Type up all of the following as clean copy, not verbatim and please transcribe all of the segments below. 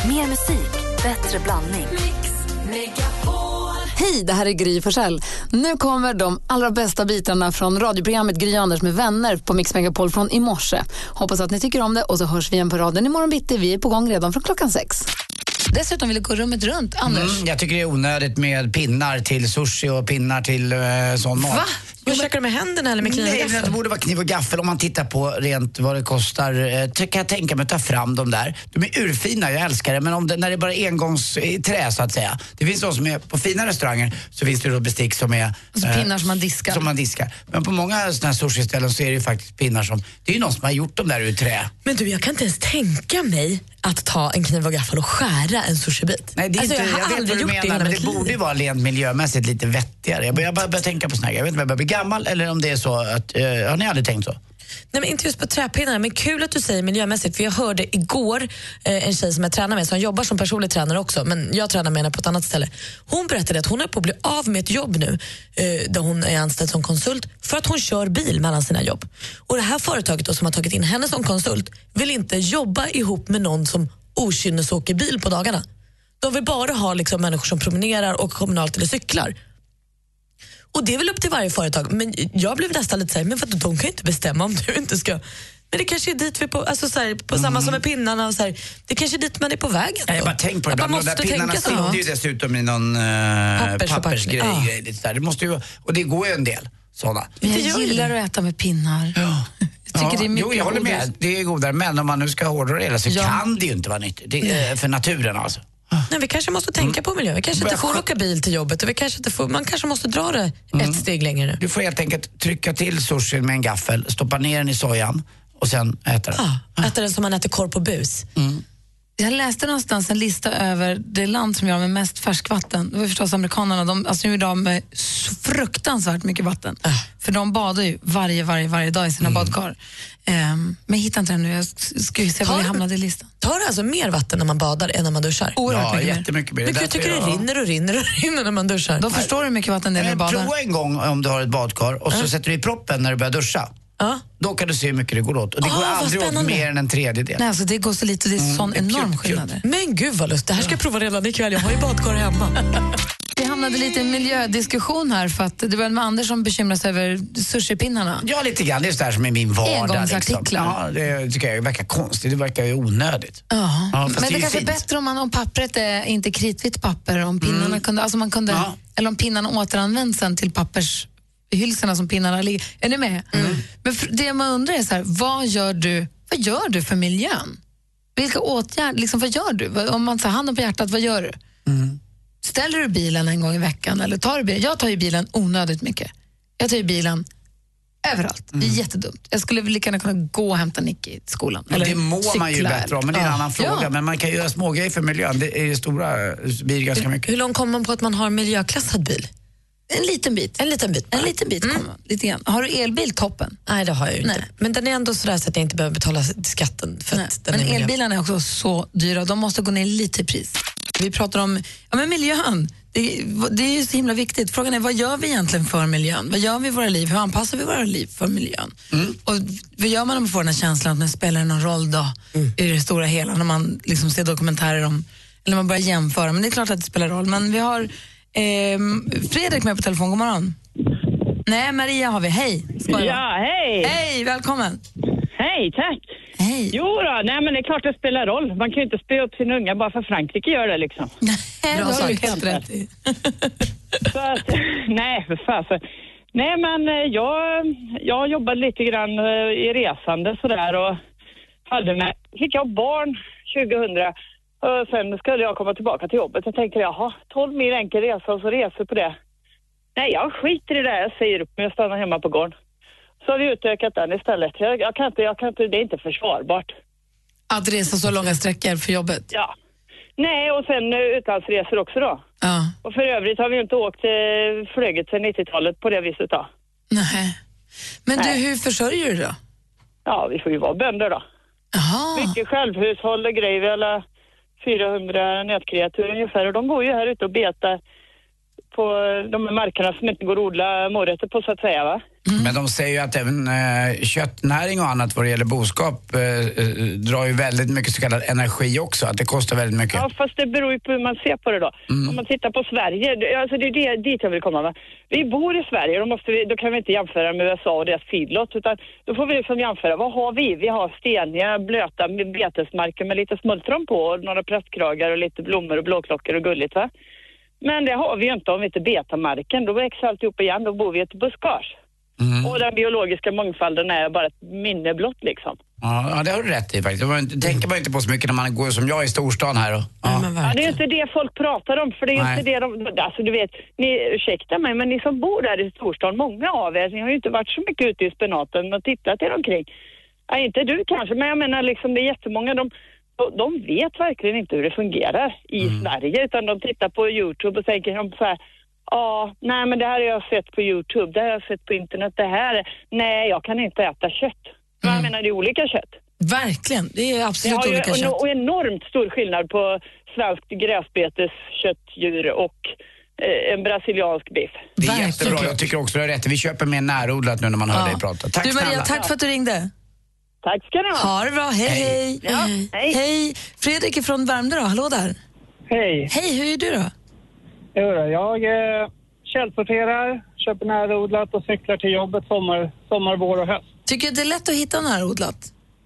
Mer musik, bättre blandning. Mix Megapol. Hej, det här är Gry Forssell. Nu kommer de allra bästa bitarna från radioprogrammet Gry Anders med vänner på Mix Megapol från i morse. Hoppas att ni tycker om det och så hörs vi igen på raden imorgon bitti. Vi är på gång redan från 6:00. Dessutom vill jag gå rummet runt, Anders. Jag tycker det är onödigt med pinnar till sushi och pinnar till sån mat. Va? Vad käkar du med händerna eller med kniv och gaffel? Nej, det borde vara kniv och gaffel om man tittar på rent vad det kostar. Kan jag tänka mig att ta fram dem där. De är urfina, jag älskar det. Men om det, när det är bara engångs i trä så att säga. Det finns de som är på fina restauranger så finns det då bestick som är... Alltså pinnar som man diskar. Som man diskar. Men på många sådana här sushi-ställen så är det ju faktiskt pinnar som... Det är ju någon som har gjort dem där ur trä. Men du, jag kan inte ens tänka mig att ta en kniv och gaffel och skära en sushibit. Nej, det är alltså, inte, jag har aldrig gjort det. Men det borde ju vara rent miljömässigt lite vettigare. Jag börjar tänka på såna här. Jag vet inte om jag börjar bli gammal eller om det är så att... har ni aldrig tänkt så? Nej, men inte just på träpinnar, men kul att du säger miljömässigt, för jag hörde igår en tjej som jag tränar med, som jobbar som personlig tränare också, men jag tränar med henne på ett annat ställe. Hon berättade att hon är på att bli av med ett jobb nu där hon är anställd som konsult för att hon kör bil mellan sina jobb. Och det här företaget då, som har tagit in henne som konsult vill inte jobba ihop med någon som okynnesåker bil på dagarna. De vill bara ha liksom människor som promenerar och kommunalt eller cyklar. Och det är väl upp till varje företag. Men jag blev nästan lite så här, men för att de kan inte bestämma om du inte ska. Men det kanske är dit vi på, alltså så här, på samma som med pinnarna och så här, det kanske är dit man är på vägen. Jag bara tänk på det. De där pinnarna sitter ju dessutom i någon pappersgrej. Ja. Det måste ju, och det går ju en del sådana. Jag gillar att äta med pinnar. Ja. Jag tycker det är mycket jag håller med. Det är godare. Men om man nu ska hårdra det så kan det ju inte vara nyttigt. Det är för naturen alltså. Nej, vi kanske måste tänka på miljön. Vi kanske inte får åka bil till jobbet och vi kanske inte får, man kanske måste dra det ett steg längre nu. Du får helt enkelt trycka till sushi med en gaffel, stoppa ner den i sojan och sen äta den. Äta den som man äter korv på bus. Jag läste någonstans en lista över det land som gör med mest färskvatten. Det var förstås amerikanerna. De är de med så fruktansvärt mycket vatten. För de badar ju varje dag i sina badkar. Men jag hittar inte den nu. Jag ska ju se var vi hamnade i listan. Tar det alltså mer vatten när man badar än när man duschar? Ja, jättemycket mer. Men jag tycker det rinner när man duschar. Då förstår du hur mycket vatten det är när du badar. Prova en gång om du har ett badkar och så sätter du i proppen när du börjar duscha. Då kan du se hur mycket det går åt. Och det går aldrig åt mer än en tredjedel. Nej, alltså det går så lite, det är sån enorm skillnad. Men gud vad lust, det här ska jag prova redan ikväll. Jag har ju badkar hemma. Vi hamnade lite i en miljödiskussion här för att det var med Anders som bekymrar sig över sushipinnarna. Ja, lite grann. Det är så där som är min vardag. Engångsartiklar. Liksom. Ja, det tycker jag verkar konstigt. Det verkar ju onödigt. Ja, men det kanske är bättre om pappret är inte kritvitt papper. Om pinnarna kunde, alltså man kunde, eller om pinnarna återanvänds sen till pappershylsorna som pinnarna ligger. Är ni med? Men det man undrar är så här, vad gör du för miljön? Vilka åtgärder, liksom, vad gör du? Om man tar handen på hjärtat, vad gör du? Ställer du bilen en gång i veckan? Eller tar du bilen? Jag tar ju bilen onödigt mycket. Jag tar ju bilen överallt. Det är jättedumt. Jag skulle lika gärna kunna gå och hämta Nicky i skolan. Eller det mår man ju bättre om, men det är en annan fråga. Ja. Men man kan ju göra smågrejer för miljön. Det är ju stora, blir ganska mycket. Hur långt kommer man på att man har miljöklassad bil? En liten bit. En liten bit kommer man. Lite grann. Har du elbil, toppen? Nej, det har jag ju inte. Nej. Men den är ändå sådär så att jag inte behöver betala skatten. För att den men är elbilarna är också så dyra. De måste gå ner lite i pris. Vi pratar om miljön. Det är ju så himla viktigt. Frågan är, vad gör vi egentligen för miljön? Vad gör vi i våra liv? Hur anpassar vi våra liv för miljön? Och vad gör man om man får den här känslan att det spelar någon roll då i det stora hela, när man liksom ser dokumentärer om, eller man börjar jämföra. Men det är klart att det spelar roll. Men vi har Fredrik med på telefon. God morgon. Nej, Maria har vi. Hej. Ja, hej. Hej, välkommen. Hej, tack. Hej. Jo då, nej men det är klart det spelar roll. Man kan ju inte spela upp sin unga bara för Frankrike gör det liksom. Nej, det har du helt rätt i. Så att, nej, för fasen. Nej men jag jobbade lite grann i resande sådär och fick jag barn 2000 och sen skulle jag komma tillbaka till jobbet. Jag tänkte, 12 mil enkel resa och så resor på det. Nej, jag skiter i det. Jag säger upp mig och stannar hemma på gården. Så har vi utökat den istället. Jag kan inte, det är inte försvarbart. Att resa så långa sträckor för jobbet? Ja. Nej, och sen utlandsresor också då. Ja. Och för övrigt har vi inte åkt flyget sedan 90-talet på det viset då. Nej. Men du, hur försörjer du då? Ja, vi får ju vara bönder då. Aha. Mycket självhushåll och grejer. Vi har 400 nötkreatur ungefär. Och de går ju här ute och betar på de markerna som inte går att odla morötter på så att säga va. Men de säger ju att även köttnäring och annat vad det gäller boskap drar ju väldigt mycket så kallad energi också, att det kostar väldigt mycket. Ja, fast det beror ju på hur man ser på det då. Om man tittar på Sverige, alltså det är dit jag vill komma. Va? Vi bor i Sverige, då kan vi inte jämföra med USA och deras feedlot, utan då får vi liksom jämföra. Vad har vi? Vi har steniga, blöta betesmarker med lite smultron på, och några prästkragar och lite blommor och blåklockor och gulligt, va? Men det har vi ju inte om vi inte betar marken. Då växer alltihop igen, då bor vi i ett buskage. Och den biologiska mångfalden är bara ett minne blott liksom. Ja, det har du rätt i faktiskt. Det tänker man inte på så mycket när man går som jag i storstan här. Ja, det är inte det folk pratar om, för det är inte det alltså du vet, ursäkta mig, men ni som bor där i storstan, många av er, ni har ju inte varit så mycket ute i spenaten och tittat er omkring. Ja, inte du kanske, men jag menar liksom det är jättemånga, de vet verkligen inte hur det fungerar i Sverige, utan de tittar på YouTube och tänker så här: ja, nej men det här har jag sett på YouTube, det här har jag sett på internet, det här, nej jag kan inte äta kött. Men jag menar det är olika kött. Verkligen, det är absolut olika kött. Och enormt stor skillnad på svenskt gräsbetesköttdjur och en brasiliansk biff. Det är jättebra, jag tycker också det är rätt. Vi köper mer närodlat nu när man hör dig prata. Tack du Maria, snälla. tack för att du ringde. Tack ska ni ha. Ha det bra, hej. Ja, hej. Hej. Fredrik är från Värmdö då, hallå där. Hej. Hej, hur är du då? Jag källsorterar, köper närodlat och cyklar till jobbet sommar, vår och höst. Tycker du att det är lätt att hitta närodlat?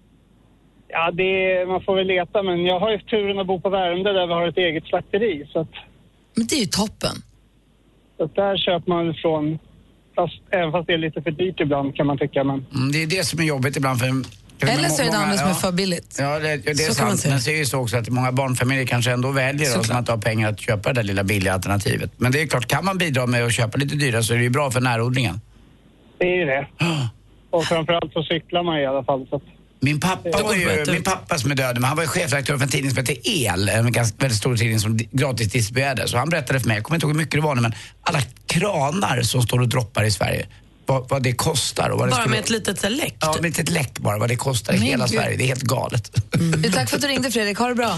Ja, man får väl leta, men jag har ju turen att bo på Värmdö där vi har ett eget slakteri. Men det är ju toppen. Så där köper man ifrån, även fast det är lite för dyrt ibland kan man tycka. Men... det är det som är jobbigt ibland för... Eller så är det andra som är för billigt. Ja, det är sant. Men det är ju så också att många barnfamiljer kanske ändå väljer då, som att ha pengar att köpa det där lilla billiga alternativet. Men det är klart, kan man bidra med att köpa lite dyrare så är det ju bra för närodlingen. Det är ju det. Och framförallt så cyklar man i alla fall. Så att... Min pappa som är död, men han var ju chefredaktör för en tidning som heter El, en ganska väldigt stor tidning som gratis distribuerade. Så han berättade för mig, jag kommer inte ihåg hur mycket det var nu, men alla kranar som står och droppar i Sverige, vad det kostar. Och vad det bara med ett litet läck? Ja, med ett läck bara, vad det kostar i hela Sverige. Det är helt galet. Tack för att du ringde Fredrik, ha det bra.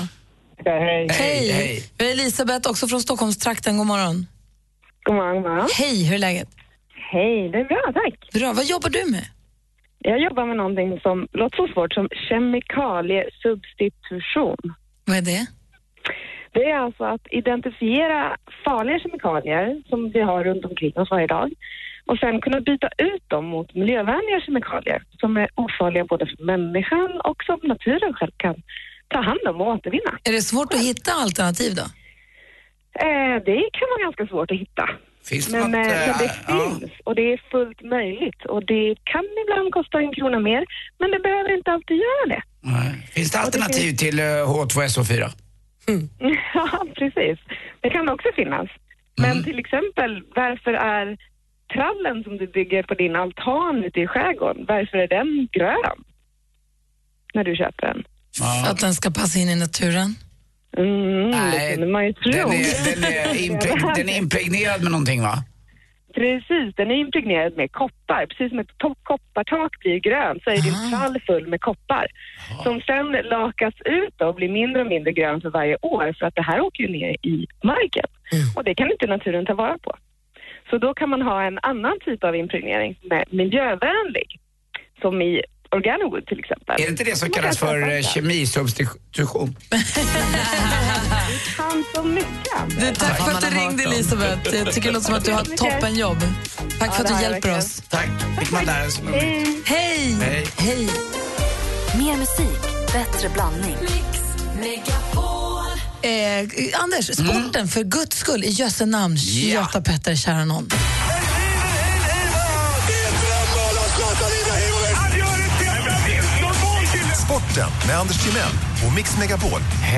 Hej. Vi är Elisabeth också från Stockholmstrakten, god morgon. God morgon. Hej, hur är läget? Hej, det är bra, tack. Bra, vad jobbar du med? Jag jobbar med någonting som låter så svårt som kemikaliesubstitution. Vad är det? Det är alltså att identifiera farliga kemikalier som vi har runt omkring oss varje dag och sen kunna byta ut dem mot miljövänliga kemikalier som är ofarliga både för människan och som naturen själv kan ta hand om och återvinna. Är det svårt att hitta alternativ då? Det kan vara ganska svårt att hitta. Finns det men det finns och det är fullt möjligt och det kan ibland kosta 1 krona mer, men det behöver inte alltid göra det. Nej. Finns det alternativ till H2SO4? Ja, precis. Det kan också finnas. Men till exempel, varför är trallen som du bygger på din altan ute i skärgården, varför är den grön när du köper den? För att den ska passa in i naturen? Det kunde man ju tro. Den är impregnerad med någonting, va? Precis, den är impregnerad med koppar. Precis som ett koppartak blir grön så är din trall full med koppar. Som sen lakas ut och blir mindre och mindre grön för varje år för att det här åker ju ner i marken. Och det kan inte naturen ta vara på. Så då kan man ha en annan typ av impregnering som är miljövänlig. Som i Organowood till exempel. Är det inte det som kallas för kemisubstitution? Han så mycket. Tack för att du ringde, Elisabeth. Jag tycker det låter som att du har ett toppenjobb. Tack för att du hjälper oss. Tack. Fick man lära sig något nytt. Hej. Hej. Mer musik, bättre blandning. Anders, sporten för Guds skull i Jösse namn. Göta Petter, kära någon. Sporten med Anders Timell och Mix Megapol.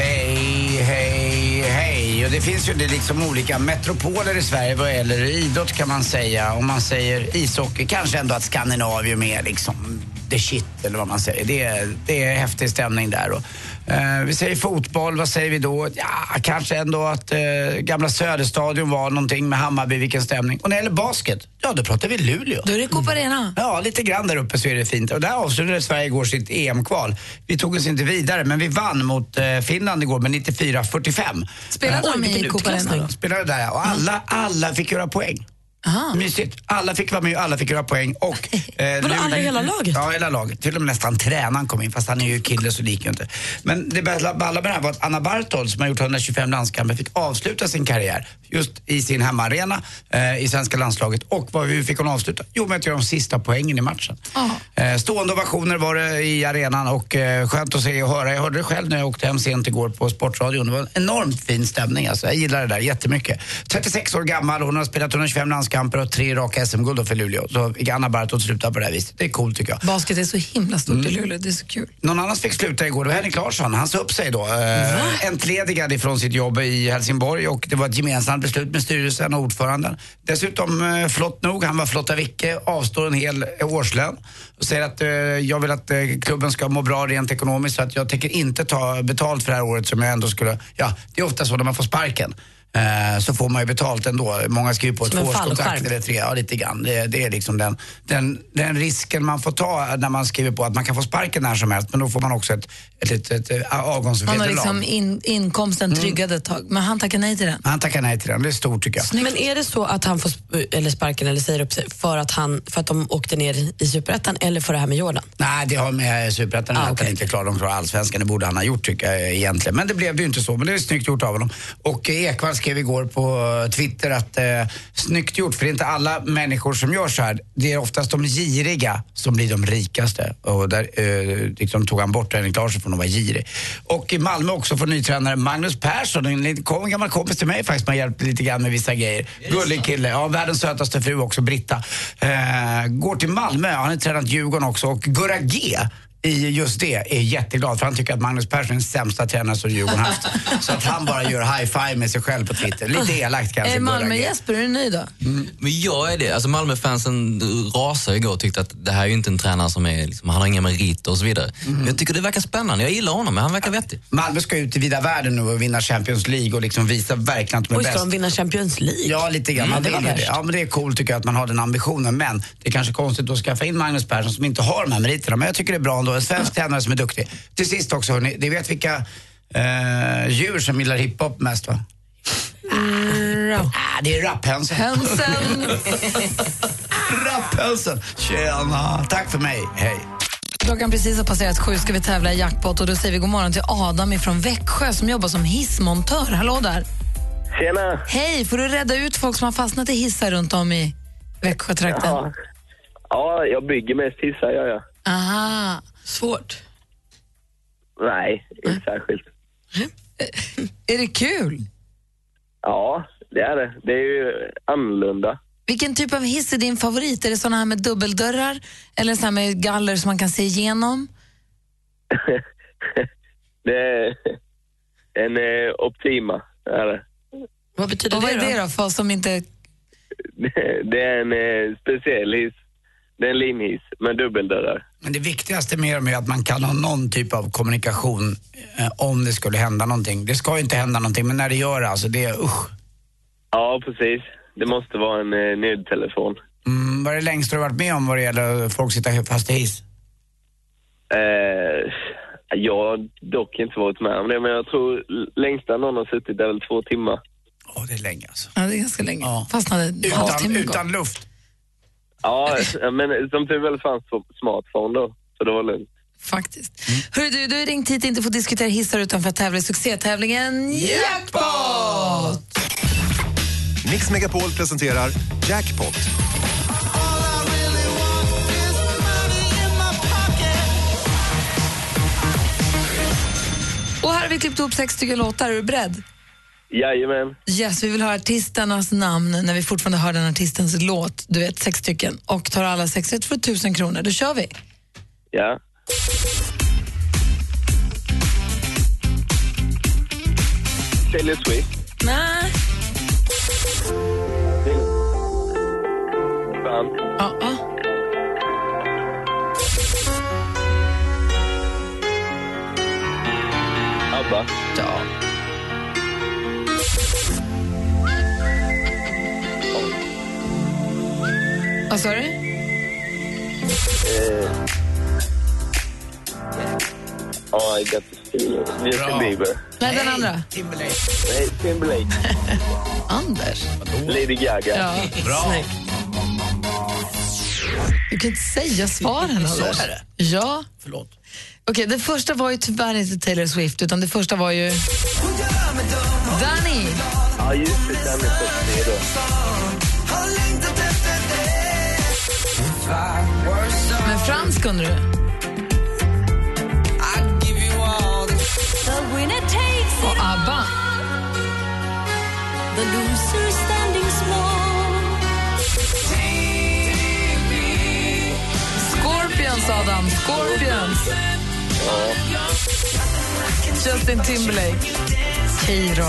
Hej. Och det finns ju liksom olika metropoler i Sverige vad gäller idrott kan man säga. Om man säger ishockey, kanske ändå att Skandinavium är liksom the shit eller vad man säger. Det är häftig stämning där. Och, vi säger fotboll, vad säger vi då? Ja, kanske ändå att gamla Söderstadion var någonting med Hammarby, vilken stämning. Och när det gäller basket, ja då pratar vi Luleå. Då är det Coop Arena. Ja, lite grann där uppe så är det fint. Och där avslutade Sverige igår sitt EM-kval. Vi tog oss inte vidare, men vi vann mot Finland igår med 94-45. Spelade de i Coop Arena då? Spelade där, ja. Och alla fick göra poäng. Mysigt. Alla fick vara med och alla fick göra poäng. Och, Vadå, alla i hela laget? Ja, hela laget. Till och med nästan tränaren kom in, fast han är ju kille så lik ju inte. Men det balla med det här var att Anna Barthold, som har gjort 125 landskamper, fick avsluta sin karriär just i sin hemmaarena i svenska landslaget. Och hur fick hon avsluta? Jo, med att göra de sista poängen i matchen. Stående ovationer var det i arenan och skönt att se och höra. Jag hörde det själv när jag åkte hem sent igår på Sportradion. Det var en enormt fin stämning alltså. Jag gillar det där jättemycket. 36 år gammal, hon har spelat 125 landskamper och 3 raka SM-guld för Luleå. Så fick Anna Barthold sluta på det här viset. Det är coolt tycker jag. Basket är så himla stort i Luleå, det är så kul. Någon annan fick sluta igår, det var Henrik Larsson. Han sa upp sig då. Entledigad ifrån sitt jobb i Helsingborg och det var ett gemensamt beslut med styrelsen och ordföranden. Dessutom, flott nog, han var flotta Vicke, avstår en hel årslön och säger att jag vill att klubben ska må bra rent ekonomiskt så att jag tänker inte ta betalt för det här året som jag ändå skulle, det är ofta så när man får sparken. Så får man ju betalt ändå. Många skriver på ett 2-årskontrakt eller 3, lite grann. Det är liksom den risken man får ta när man skriver på att man kan få sparken när som helst, men då får man också ett avgångsvederlag. Man har liksom inkomsten tryggad ett tag, men han tackar nej till den. Han tackar nej till den, det är stort tycker jag. Men är det så att han får eller sparken eller säger upp sig för att de åkte ner i Superettan eller för det här med Jordan? Nej, det har med Superettan att han inte klarar de klara allsvenskan. Det borde han ha gjort tycker jag egentligen. Men det blev det ju inte så, men det är snyggt gjort av honom. Och Ekvall skrev igår på Twitter att snyggt gjort, för det är inte alla människor som gör så här. Det är oftast de giriga som blir de rikaste. Och där liksom tog han bort Henrik Larsson från att vara girig. Och i Malmö också får nytränare Magnus Persson, en gammal kompis till mig faktiskt, man hjälpt lite grann med vissa grejer. Gullig kille, världens sötaste fru också, Britta. Går till Malmö, han har tränat Djurgården också, och Gurra G i just det är jätteglad för han tycker att Magnus Persson är den sämsta tränare som Djurgården haft. Så att han bara gör high-five med sig själv på Twitter. Lite elakt kanske. Malmö Jesper, är du nöjd då? Men jag är det. Alltså Malmö-fansen rasade igår och tyckte att det här är ju inte en tränare som är liksom, han har inga meriter och så vidare. Men jag tycker det verkar spännande. Jag gillar honom, men han verkar vettig. Malmö ska ut i vida världen nu och vinna Champions League och liksom visa verkligen att de är bäst. Ska de vinna Champions League? Ja, lite grann. Men det är coolt tycker jag att man har den ambitionen. Men det är kanske konstigt att skaffa in Magnus Persson som inte har de här meriterna. Men jag tycker det är bra ändå. En svensk tränare som är duktig. Till sist också, hörni, ni vet vilka djur som gillar hiphop mest, va? Det är rapphönsen. Rapphönsen. Tjena. Tack för mig. Hej. Klockan precis har passerat 7, ska vi tävla i jackpot och då säger vi god morgon till Adam ifrån Växjö som jobbar som hissmontör. Hallå där. Tjena. Hej, får du rädda ut folk som har fastnat i hissar runt om i Växjö-trakten? Ja, jag bygger mest hissar, gör jag. Aha. Svårt? Nej, inte särskilt. Är det kul? Ja, det är det. Det är ju annorlunda. Vilken typ av hiss är din favorit? Är det såna här med dubbeldörrar? Eller såna här med galler som man kan se igenom? Det är en Optima, är det. Vad betyder vad är det då för som inte... Det är en speciell hiss. Det är en linhiss med dubbeldörrar. Men det viktigaste med dem är att man kan ha någon typ av kommunikation om det skulle hända någonting. Det ska ju inte hända någonting, men när det gör det, alltså det är usch. Ja, precis. Det måste vara en nödtelefon. Vad är det längsta du har varit med om vad det gäller folk sitta fast i hiss? Jag har dock inte varit med om det, men jag tror längsta någon har suttit där väl 2 timmar. Det är länge alltså. Ja, det är ganska länge. Ja. Fastnade utan luft. Ja, men som tur väl fanns på smartphone då, så det var lugnt. Faktiskt. Hörru du har ringt hit inte få diskutera hissar utan för att tävla i succétävlingen Jackpot! Mix Megapol presenterar Jackpot. Och här har vi klippt upp 6 stycken låtar. Är du beredd? Jajamän. Yes, vi vill ha artisternas namn när vi fortfarande hör den artistens låt. Du vet, 6 stycken. Och tar alla 6 rätt för 1000 kronor. Då kör vi. Ja. Taylor Swift. Nej. Band. Ja. ABBA. Ja. Vad sa du? I got the Justin Bieber. Nej, den andra. Timberlake. Nej, Timberlake. Anders. Lady Gaga. Ja, bra. Snyggt. Du kan inte säga svaren, Så Anders. är det. Ja. Förlåt. Okej, det första var ju tyvärr inte Taylor Swift, utan det första var ju Danny. Ja, just det. Den är först då. Men Frans kunde du. Och ABBA. Scorpions, Adam. Scorpions. Justin Timberlake. Kiro.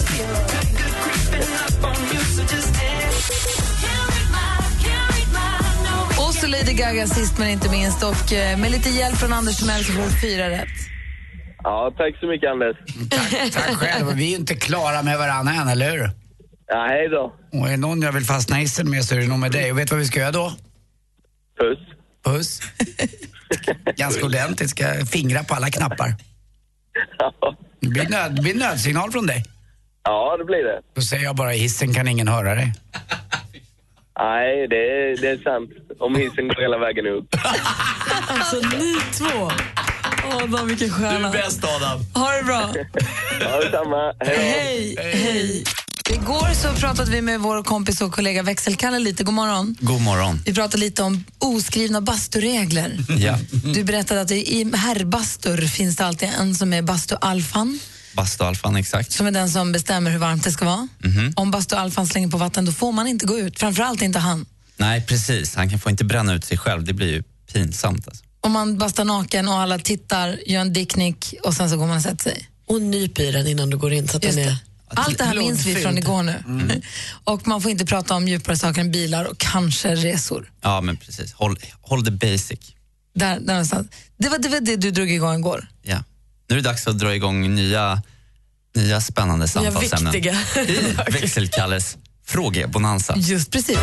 Och så Lady Gaga sist men inte minst. Och med lite hjälp från Anders Timell så får du 4 rätt. Ja, tack så mycket, Anders. Tack själv. Vi är ju inte klara med varandra än, eller hur? Ja, hej då. Och är någon jag vill fastna isen med så är det nog med dig. Och vet du vad vi ska göra då? Puss. Puss. Ganska ordentligt. Ska fingra på alla knappar. Det blir nödsignal från dig. Ja, det blir det. Då säger jag bara, i hissen kan ingen höra dig. Nej, det är sant. Om hissen går hela vägen upp. Alltså, ni två. Adam, vilken stjärna. Du är bäst, Adam. Ha det bra. Ja, detsamma. Hej. Hej. Igår så pratade vi med vår kompis och kollega Växelkalle lite. God morgon. God morgon. Vi pratade lite om oskrivna basturegler. Ja. Du berättade att i herrbastur finns det alltid en som är bastualfan. Bastualfan, exakt. Som är den som bestämmer hur varmt det ska vara. Om bastualfan slänger på vatten, då får man inte gå ut. Framförallt inte han. Nej, precis. Han får inte bränna ut sig själv. Det blir ju pinsamt. Alltså. Om man bastar naken och alla tittar, gör en dicknick och sen så går man och sätter sig. Och nyp i den innan du går in så att den är... Allt det här minns vi från igår nu. Och man får inte prata om djupare saker än bilar och kanske resor. Ja, men precis. Håll the basic. Där någonstans. Det var det du drog igång igår. Ja. Nu är det dags att dra igång nya spännande samtalsämnen. Viktiga. I Växelkalles frågebonanza. Just precis.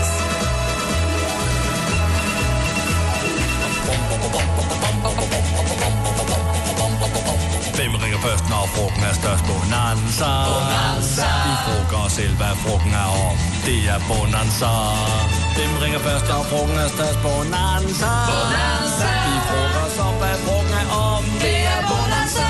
Hvem ringer først, når frugten er størst? Bonanza. Vi frågar oss selv, hvad frugten er om. Det er Bonanza. Hvem ringer først, når frugten er størst? Bonanza. Vi frågar oss om, hvad frugten er om. Det er Bonanza.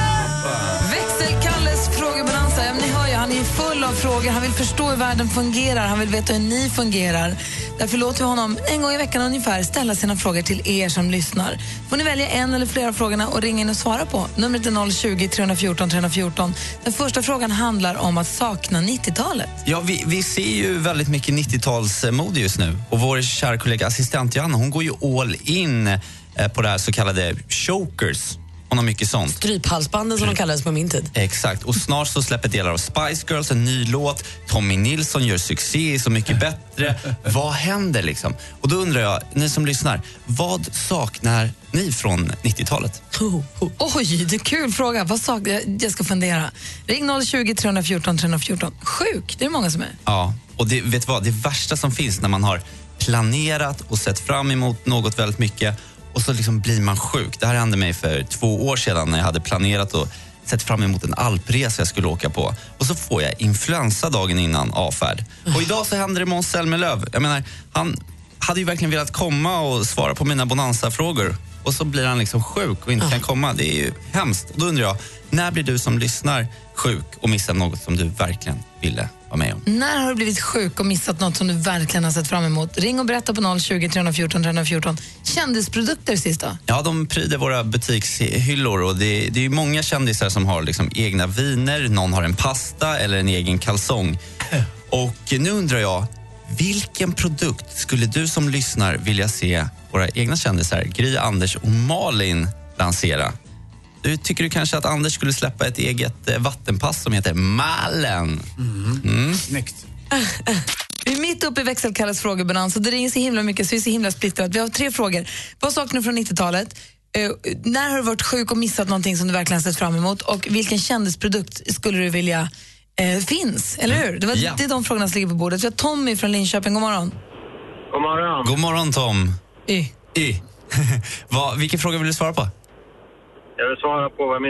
Växelkalles frågebonanza. Ja, ni hör ju, han är ju full av frågor. Han vill förstå hur världen fungerar. Han vill veta hur ni fungerar. Därför låter vi honom en gång i veckan ungefär ställa sina frågor till er som lyssnar. Får ni välja en eller flera av frågorna och ringa in och svara på. Numret är 020-314 314. Den första frågan handlar om att sakna 90-talet. Ja, vi ser ju väldigt mycket 90-talsmode just nu. Och vår kära kollega assistent Johanna, hon går ju all in på det här så kallade chokers. Hon har mycket sånt. Stryphalsbanden som de kallades på min tid. Exakt, och snart så släpper delar av Spice Girls en ny låt. Tommy Nilsson gör succé, Så mycket bättre. Vad händer liksom? Och då undrar jag, ni som lyssnar, vad saknar ni från 90-talet? Oj, det är kul fråga. Vad saknar jag? ska fundera. Ring 020-314 314. Sjuk, det är många som är. Ja, och det, vet vad, det värsta som finns när man har planerat och sett fram emot något väldigt mycket och så liksom blir man sjuk. Det här hände mig för 2 år sedan när jag hade planerat och sett fram emot en alpresa jag skulle åka på. Och så får jag influensa dagen innan avfärd. Och idag så händer det Måns Zelmerlöw. Jag menar, han hade ju verkligen velat komma och svara på mina bonanza-frågor. Och så blir han liksom sjuk och inte kan komma. Det är ju hemskt. Och då undrar jag, när blir du som lyssnar sjuk och missar något som du verkligen ville vara med om? När har du blivit sjuk och missat något som du verkligen har sett fram emot? Ring och berätta på 020-314 314. Kändisprodukter sist då? Ja, de pryder våra butikshyllor och det är ju många kändisar som har liksom egna viner, någon har en pasta eller en egen kalsong. Och nu undrar jag, vilken produkt skulle du som lyssnar vilja se våra egna kändisar, Gry, Anders och Malin, lansera? Tycker du kanske att Anders skulle släppa ett eget vattenpass som heter Malen? Snyggt. Vi är mitt uppe i Växelkalles frågebonanza. Det ringer så himla mycket så vi är så himla splittrat. Vi har 3 frågor. Vad saknar du från 90-talet? När har du varit sjuk och missat någonting som du verkligen sett fram emot? Och vilken kändisprodukt skulle du vilja finns? Eller hur? Det är de frågorna som ligger på bordet. Vi har Tommy från Linköping. God morgon. God morgon. God morgon, Tom. Vilken fråga vill du svara på? Jag vill svara på vad min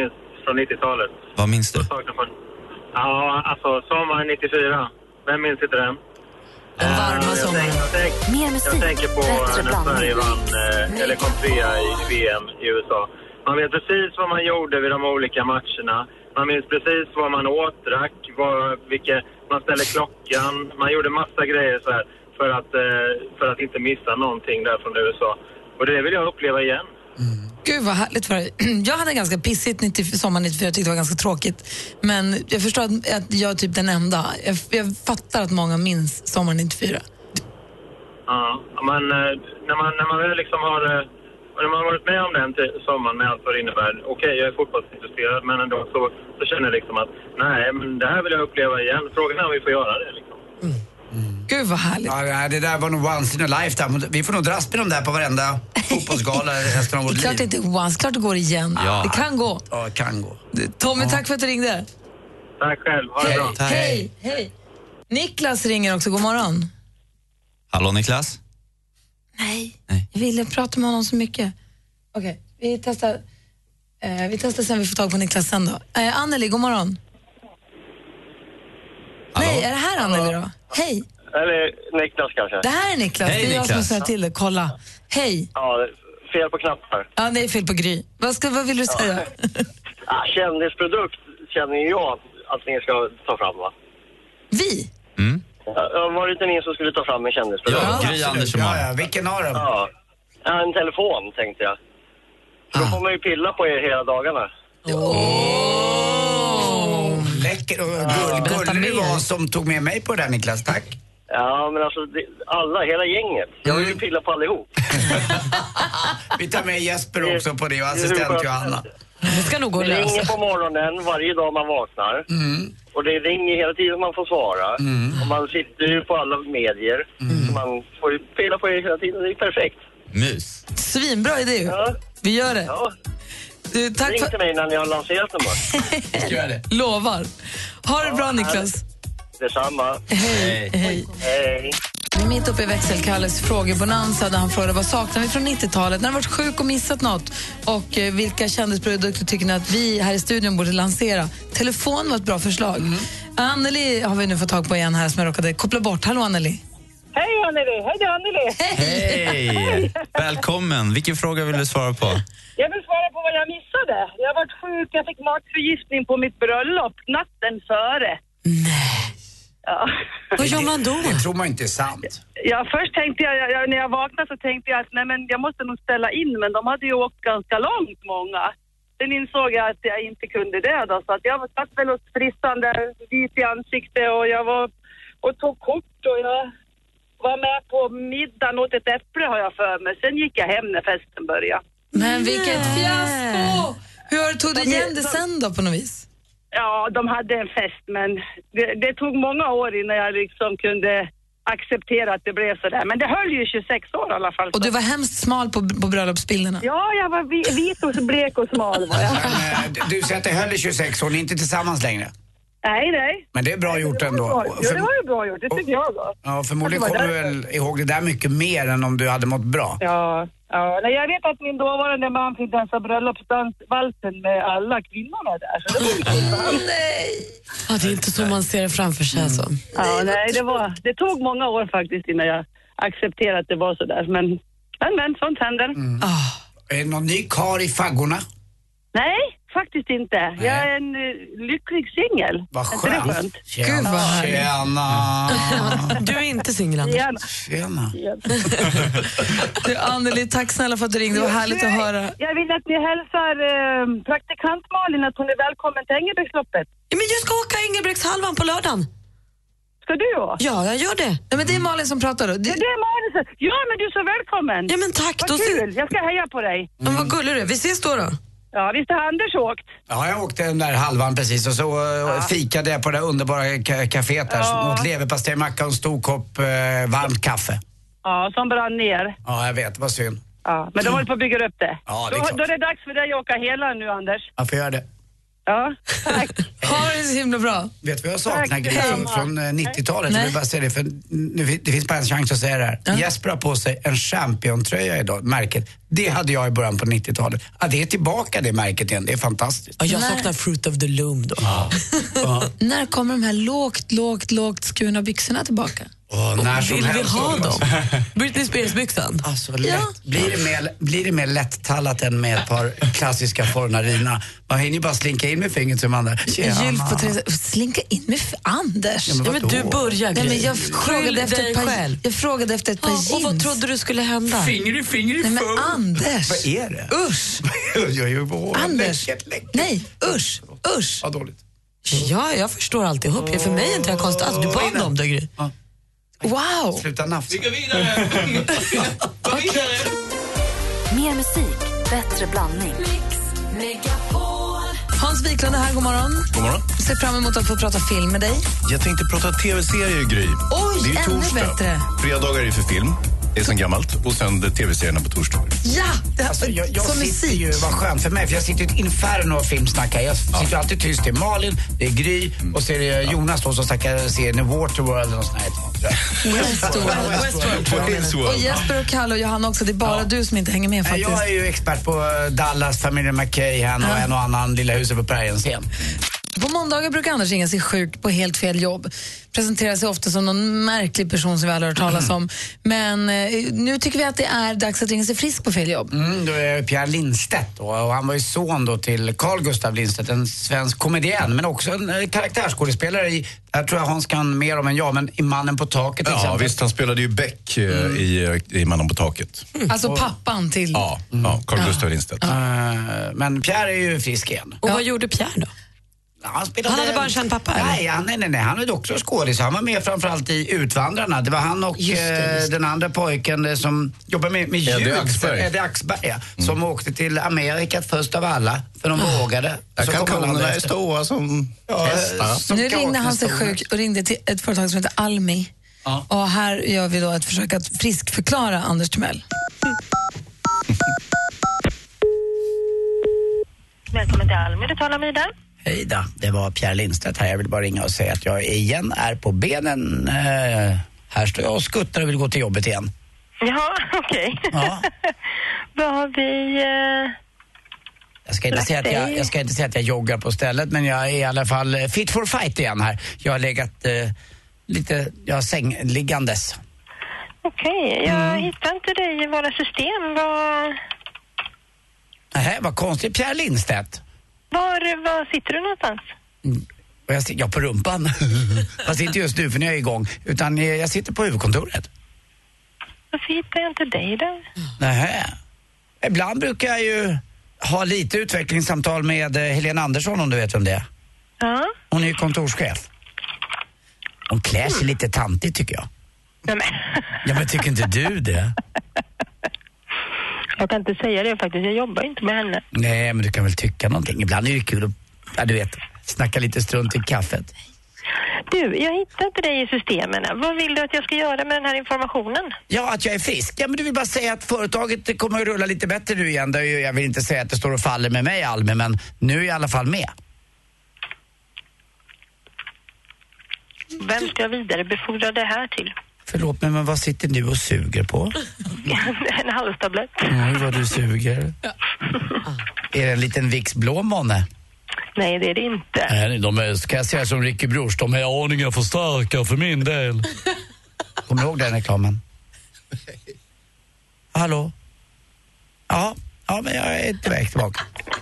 från 90-talet. Vad minns du? Ja, alltså sommaren 94. Vem minns inte den? Den varma sommaren. Jag tänker på när Sverige vann, eller kom trea i VM i USA. Man vet precis vad man gjorde vid de olika matcherna. Man minns precis vad man åt, drack, man ställde klockan. Man gjorde massa grejer så här för att inte missa någonting där från USA. Och det vill jag uppleva igen. Gud vad härligt för dig. Jag hade ganska pissigt sommaren 94, jag tyckte det var ganska tråkigt. Men jag förstår att jag är typ den enda. Jag fattar att många minns sommaren 94. Ja, men när man väl liksom har... när man har varit med om den sommaren med allt vad det innebär. Okej, jag är fotbollsintresserad, men ändå så känner jag liksom att nej, men det här vill jag uppleva igen. Frågan är om vi får göra det liksom. Gud vad härligt. Ja, det där var nog once in a lifetime. Vi får nog dras med dem där på varenda fotbollsgala resten av vårt liv. Klart det inte är once, klart det går igen. Ja. Det kan gå. Ja, det kan gå. Tommy, tack för att du ringde. Tack själv, ha det bra. Hej. Niklas ringer också, god morgon. Hallå Niklas? Nej. Jag ville prata med honom så mycket. Okej, vi testar sen vi får tag på Niklas sen då. Anneli, god morgon. Hallå? Nej, är det här Anneli då? Hej. Eller Niklas kanske. Det här är Niklas, Hej, det är jag som Niklas. säger till det. Kolla. Hej. Ja, fel på knappar. Ja, det är fel på Gry. Vad vill du säga? Kändisprodukt känner jag att ni ska ta fram, va? Vi? Var det inte ni som skulle ta fram en kändisprodukt? Ja, Gry Anders och Ja, vilken av dem? Ja, en telefon tänkte jag. Då får man ju pilla på er hela dagarna. Läcker och gullig du var som tog med mig på det där, Niklas, tack. Ja, men alltså hela gänget. Jag vill ju pilla på allihop. Vi tar med Jesper också på det och assistent Johanna. Det ska nog gå att Det lösa. ringer på morgonen varje dag man vaknar. Och det ringer hela tiden man får svara. Och man sitter ju på alla medier. Så man får ju pilla på er hela tiden. Det är perfekt. Mus. Svinbra idé. Ja. Vi gör det. Ja. Du, tack Ring till mig när ni har lanserat den. Gör det. Lovar. Ha det bra Niklas. Detsamma. Hej. Vi är mitt uppe i växelkalles frågebonanza där han frågade vad saknar vi från 90-talet när det varit sjuk och missat något och vilka kändisprodukter tycker ni att vi här i studion borde lansera. Telefon var ett bra förslag. Anneli har vi nu fått tag på igen här som jag råkade koppla bort. Hallå Anneli. Hej Anneli, hej det är Anneli. Hej! Välkommen. Vilken fråga vill du svara på? Jag vill svara på vad jag missade. Jag har varit sjuk, jag fick matförgiftning på mitt bröllop natten före. Nej. Ja. Vad gör man då? Det tror man inte är sant. Ja, först tänkte jag, när jag vaknade så tänkte jag att nej, men jag måste nog ställa in, men de hade ju åkt ganska långt många. Sen insåg jag att jag inte kunde det då, så att jag satt väl och fristande vit i ansiktet och jag var och tog kort och jag var med på middagen åt ett äpple har jag för mig. Sen gick jag hem när festen började. Men vilket fiasko! Hur tog du igen det sen då på något vis? Ja, de hade en fest, men det tog många år innan jag liksom kunde acceptera att det blev så där. Men det höll ju 26 år i alla fall. Och du var hemskt smal på bröllopsbilderna? Ja, jag var vit och blek och smal var jag. Men, du säger att det höll i 26 år, ni är inte tillsammans längre? Nej. Men det är bra gjort ändå. Ja, det var ju bra gjort, det tycker jag då. Ja, förmodligen kommer du väl ihåg det där mycket mer än om du hade mått bra. Ja. Nej, jag vet att min dåvarande man fick dansa bröllopsvalsen med alla kvinnorna där. Så det var nej! Ja, det är inte så man ser det framför sig alltså. Ja, nej, det tog många år faktiskt innan jag accepterade att det var så där. Men sånt händer. Är det någon ny kar i faggorna? Nej, faktiskt inte. Jag är en lycklig singel. Vad Är inte det skönt? Gud vad härligt. Tjena! Du är inte singel, Anders. Tjena. Du, Anneli, tack snälla för att du ringde. Det var härligt att höra. Jag vill att ni hälsar praktikant Malin att hon är välkommen till Engelbrektsloppet. Ja, men jag ska åka Engelbrektshalvan på lördagen. Ska du då? Ja, jag gör det. Ja, men det är Malin som pratar då. Ja, det är Malin. Ja, men du är så välkommen. Ja, men tack. Vad kul, jag ska heja på dig. Men vad gullig du är. Vi ses då. Ja, visst har Anders åkt? Ja, jag åkte den där halvan precis och så fikade jag på det där underbara kaféet där. Ja. Åt leverpastejmacka och en stor kopp varmt kaffe. Ja, som brann ner. Ja, jag vet. Vad synd. Ja, men de håller på att bygga upp det. Ja, det är klart. Då är det dags för dig att åka hela nu, Anders. Jag får göra det. Ja, tack. Ha det så så himla bra. Vet du vad jag saknar, Gry, från 90-talet? Jag vill bara säga det, för det finns bara en chans att säga det här. Ja. Jesper har på sig en Champion-tröja idag, märket. Det hade jag i början på 90-talet. Det är tillbaka, det märket igen. Det är fantastiskt. Jag saknar Fruit of the Loom då. När kommer de här lågt skurna byxorna tillbaka? När som vill helst. Vi ha dem? Britney Spears-byxan. Alltså, blir det mer lätttalat än med ett par klassiska Fornarina? Man hinner bara slinka in med fingret som Anders. Gylf på slinka in med Anders? Ja, men du börjar Nej, men jag frågade efter ett par jeans. Och vad trodde du skulle hända? Finger i Nej, men Anders. Vad är det? Usch. Anders. Nej, usch. Vad dåligt. Ja, jag förstår alltihop. För mig är inte det konstigt. Alltså, du bad om det, Gry. Wow. Sluta nafsa. Vi går vidare. Mer musik, bättre blandning. Hans Wiklund är här, god morgon. God morgon. Ser fram emot att få prata film med dig. Jag tänkte prata tv-serier, Gry. Oj, det är ännu torsdag. Bättre. Fredagar är för film. Det är sen gammalt. Och sen tv-serierna på torsdag. Ja, det alltså, jag sitter ju, vad skönt för mig, för jag sitter i ett inferno av filmsnackar. Jag sitter ju alltid tyst. Det är Malin, det är Gry och så är det Jonas då som snackar serien i Waterworld och sånt här. Westworld. Och Jesper och Kalle och Johanna också. Det är bara du som inte hänger med faktiskt. Jag är ju expert på Dallas, familjen McKay och en och annan Lilla huset på prärien-scen. På måndagar brukar Anders ringa sig sjuk på helt fel jobb. Presenterar sig ofta som någon märklig person som vi alla har hört talas om. Men nu tycker vi att det är dags att ringa sig frisk på fel jobb. Då är Pierre Lindstedt då, och han var ju son då till Carl Gustav Lindstedt, en svensk komedian, men också en karaktärsskådespelare i, jag tror jag Hans kan mer om än jag, men i Mannen på taket till exempel. Visst, han spelade ju Beck i Mannen på taket. Alltså pappan till... Ja, Carl Gustav Lindstedt. Men Pierre är ju frisk igen. Och vad gjorde Pierre då? Han hade bara en känd pappa? Nej, han är också skådis. Han var med framförallt i Utvandrarna. Det var han och den andra pojken som jobbar med ljud. Eddie Axberg. Som åkte till Amerika först av alla. För de vågade. Där kan konerna är stora som hästar. Nu ringde han sig sjuk och ringde till ett företag som heter Almi. Ja. Och här gör vi då ett försök att friskförklara Anders Timell. Välkommen till Almi, du talar med där. Hej då, det var Pierre Lindstedt här. Jag vill bara ringa och säga att jag igen är på benen. Här står jag och skuttar och vill gå till jobbet igen. Ja, okej. Ja. Vad har vi... Jag ska inte säga att jag joggar på stället, men jag är i alla fall fit for fight igen här. Jag har legat sängliggandes. Okej, jag hittar inte dig i våra system. Vad konstigt, Pierre Lindstedt. Var sitter du någonstans? Jag på rumpan. Fast inte just nu för när jag är igång. Utan jag sitter på huvudkontoret. Varför hittar jag inte dig där? Nähä. Ibland brukar jag ju ha lite utvecklingssamtal med Helena Andersson, om du vet vem det är. Ja. Hon är ju kontorschef. Hon klär sig lite tantigt tycker jag. Ja, men tycker inte du det? Jag kan inte säga det faktiskt, jag jobbar inte med henne. Nej, men du kan väl tycka någonting. Ibland är det kul att, du vet, snacka lite strunt i kaffet. Du, jag hittar inte dig i systemen. Vad vill du att jag ska göra med den här informationen? Ja, att jag är frisk. Ja, men du vill bara säga att företaget kommer att rulla lite bättre nu igen. Jag vill inte säga att det står och faller med mig, Alme, men nu är jag i alla fall med. Vem ska jag vidarebefordra det här till? Förlåt mig, men vad sitter du och suger på? En halstablett. Oj, vad du suger. Ja. Är det en liten Vicks blå månne? Nej, det är det inte. Nej, de är, ska jag säga som Ricky Brors, de är aningen för starka för min del. Kommer du ihåg den reklamen? Hallå? Ja, men jag är inte väg tillbaka.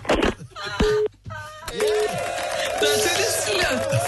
Där tog det slut.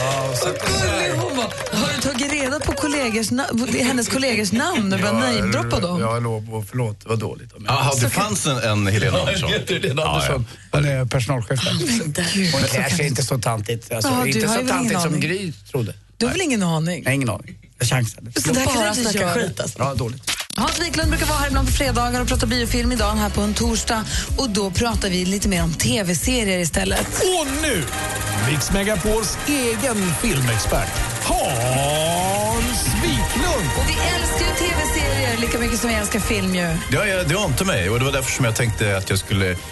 Har du tagit reda på hennes kollegors namn och börjat namedroppa dem? Ja, förlåt, det var dåligt. Det fanns en Helena Andersson. Helena Andersson. Hon är personalchef där. Hon klär sig inte så tantigt. Alltså, inte så tantigt som Gry trodde. Du har väl ingen aning? Nej, ingen aning. Jag chansade. Så där kan du inte skit alltså. Ja, dåligt. Hans Wiklund brukar vara här ibland på fredagar och prata biofilm idag här på en torsdag. Och då pratar vi lite mer om tv-serier istället. Och nu, Mix Megapols egen filmexpert, Hans Wiklund. Och vi älskar ju tv-serier lika mycket som vi älskar film ju. Det ante mig och det var därför som jag tänkte att jag skulle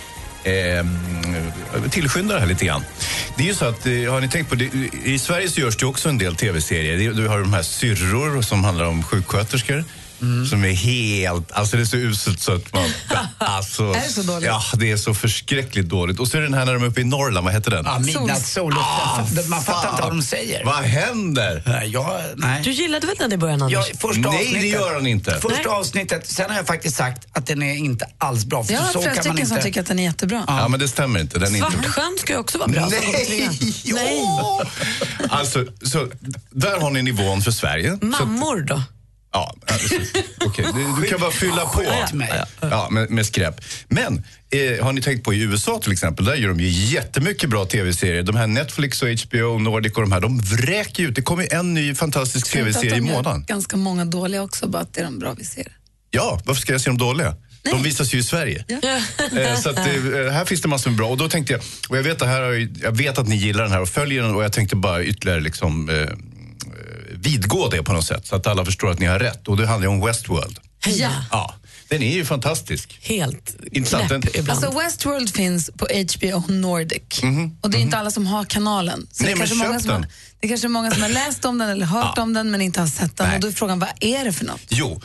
tillskynda det här lite grann. Det är ju så att, har ni tänkt på det, i Sverige så görs det också en del tv-serier. Du har de här syrror som handlar om sjuksköterskor. Som är helt, alltså det är så uselt så att man, alltså, är det så dåligt? Ja, det är så förskräckligt dåligt. Och så är den här när de är uppe i Norrland, vad heter den? Ja, midnattssol. Man fattar inte vad de säger. Vad händer? Nej. Du gillade väl den i början, Anders? Nej, det gör han inte. Första avsnittet, sen har jag faktiskt sagt att den är inte alls bra. Jag har flera stycken som tycker att den är jättebra. Ja, men det stämmer inte. Den är Svartsjön ska ju också vara bra. Nej! Alltså, så, där har ni nivån för Sverige. Mammor då? Ja, alltså, okej. Du kan bara fylla på med skräp. Men har ni tänkt på i USA till exempel, där gör de ju jättemycket bra tv-serier. De här Netflix och HBO, Nordic och de här, de vräker ut. Det kommer en ny fantastisk tv-serie i månaden. Ganska många dåliga också, bara att det är de bra vi ser. Ja, varför ska jag se de dåliga? De visas ju i Sverige. Ja. Så att, här finns det massor med bra. Och då tänkte jag, och jag vet att ni gillar den här och följer den, och jag tänkte bara ytterligare liksom vidgå det på något sätt så att alla förstår att ni har rätt. Och det handlar ju om Westworld. Ja. Den är ju fantastisk. Helt knäpp ibland. Alltså Westworld finns på HBO Nordic. Och det är inte alla som har kanalen. Så nej, men köp den. Det är kanske många som har läst om den eller hört om den men inte har sett den. Nej. Och då är frågan, vad är det för något? Jo,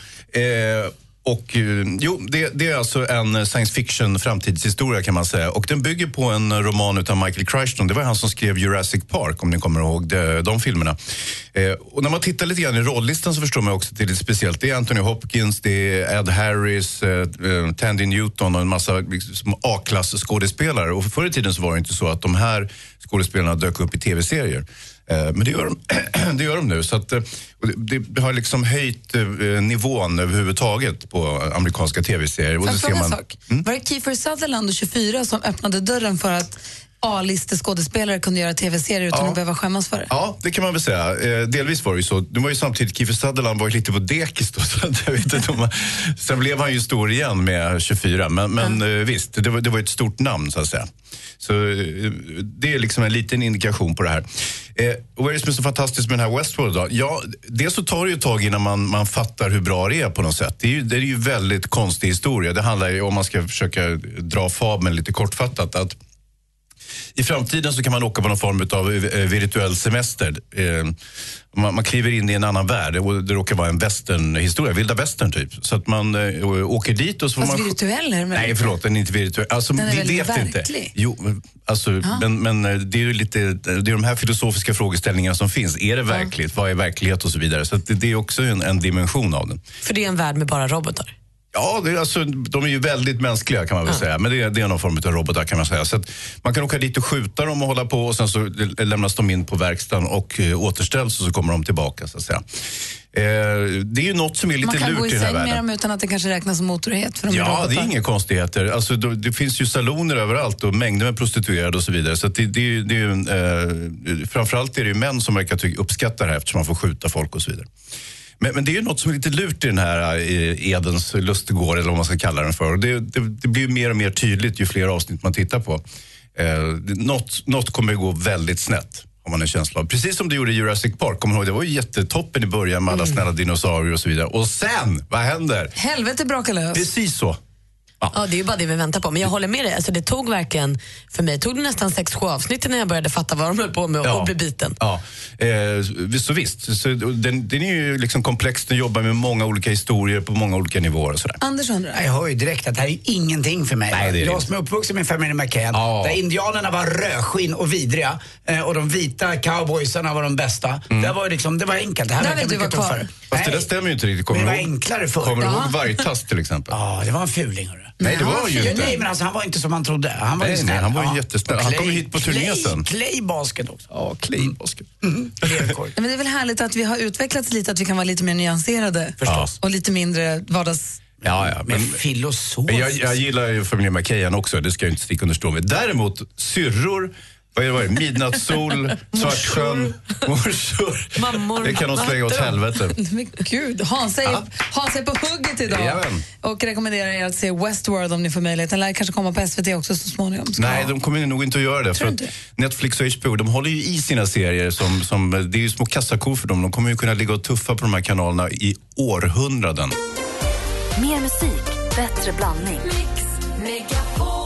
det är alltså en science fiction framtidshistoria kan man säga. Och den bygger på en roman utav Michael Crichton. Det var han som skrev Jurassic Park, om ni kommer ihåg de filmerna. Och när man tittar lite grann i rolllistan så förstår man också att det är lite speciellt. Det är Anthony Hopkins, det är Ed Harris, Tandy Newton och en massa liksom, A-klass skådespelare. Och förr i tiden så var det inte så att de här skådespelarna dök upp i tv-serier. Men det gör de nu. Så att, det har liksom höjt nivån överhuvudtaget på amerikanska tv-serier. Får jag fråga en sak? Var det Kiefer Sutherland och 24 som öppnade dörren för att A-listeskådespelare kunde göra tv-serier utan att behöva skämmas för det? Ja, det kan man väl säga. Delvis var det ju så. Det var ju samtidigt, Kiefer Sutherland var ju lite på dekis då. Så jag vet inte sen blev han ju stor igen med 24. Men visst, det var ett stort namn så att säga. Så det är liksom en liten indikation på det här. Och vad är det som är så fantastiskt med den här Westworld då? Ja, det så tar det ju ett tag innan man fattar hur bra det är på något sätt. Det är ju väldigt konstig historia. Det handlar ju om man ska försöka dra fabeln lite kortfattat att i framtiden så kan man åka på någon form av virtuell semester. Man kliver in i en annan värld och det råkar vara en westernhistoria, vilda western typ. Så att man åker dit och så får man... virtuell är det? Nej, förlåt, den är inte virtuell. Alltså, den är vi vet verklig. Inte. Jo, alltså, men det är ju lite, det är de här filosofiska frågeställningarna som finns. Är det verkligt? Vad är verklighet och så vidare? Så att det är också en dimension av den. För det är en värld med bara robotar? Ja, de är ju väldigt mänskliga kan man väl säga. Men det är någon form av robotar kan man säga. Så att man kan åka dit och skjuta dem och hålla på och sen så lämnas de in på verkstaden och återställs och så kommer de tillbaka så att säga. Det är ju något som är lite lurt i den här världen. Man kan gå i säng med dem utan att det kanske räknas som motorhet för ja, det är inga konstigheter. Alltså, det finns ju saloner överallt och mängder med prostituerade och så vidare. Så att framförallt är det ju män som verkar uppskatta det här eftersom man får skjuta folk och så vidare. Men det är ju något som är lite lurt i den här Edens lustegård eller vad man ska kalla den för. Det blir mer och mer tydligt ju fler avsnitt man tittar på. Något kommer att gå väldigt snett om man har en känsla av. Precis som det gjorde i Jurassic Park. Kommer ihåg, det var ju jättetoppen i början med alla snälla dinosaurier och så vidare. Och sen, vad händer? Helvete brakar lös. Precis så. Ja, det är ju bara det vi väntar på. Men jag håller med dig. Alltså, det tog verkligen, för mig tog det nästan 6-7 avsnitt när jag började fatta vad de höll på med och bli biten. Ja, så visst. Så den är ju liksom komplex. Den jobbar med många olika historier på många olika nivåer och sådär. Anders undrar. Jag hör ju direkt att det här är ingenting för mig. Nej, jag som är uppvuxen med familjen McCann, där indianerna var rödskinn och vidriga och de vita cowboysarna var de bästa. Det var liksom, det var enkelt. Det här verkar mycket tuffare. Fast det där stämmer ju inte riktigt. Men det var enklare förr. Kommer du ihåg Vargtass till exempel? Ja, det var en fuling, hörru. Nej, det var ju inte. Nej, men alltså, han var inte som man trodde. Han var ju snäll. Han var ju jättesnäll. Han kom hit på turné sen. Clay-basket också. Ja, clay-basket. Men det är väl härligt att vi har utvecklats lite, att vi kan vara lite mer nyanserade. Förstås. Och lite mindre vardags... Ja, men filosof. Jag gillar ju familjen McKayan också, det ska jag inte sticka under stå med. Däremot, syrror, vad är det? Midnattssol, Svartsjön, morsor. Mammor. Det kan de slänga åt helvete. Men gud, Hans är på hugget idag. Jajamän. Och rekommenderar er att se Westworld om ni får möjlighet. Den lär kanske komma på SVT också så småningom. Nej, de kommer nog inte att göra det. För att Netflix och HBO, de håller ju i sina serier som det är ju små kassakor för dem. De kommer ju kunna ligga och tuffa på de här kanalerna i århundraden. Mer musik, bättre blandning.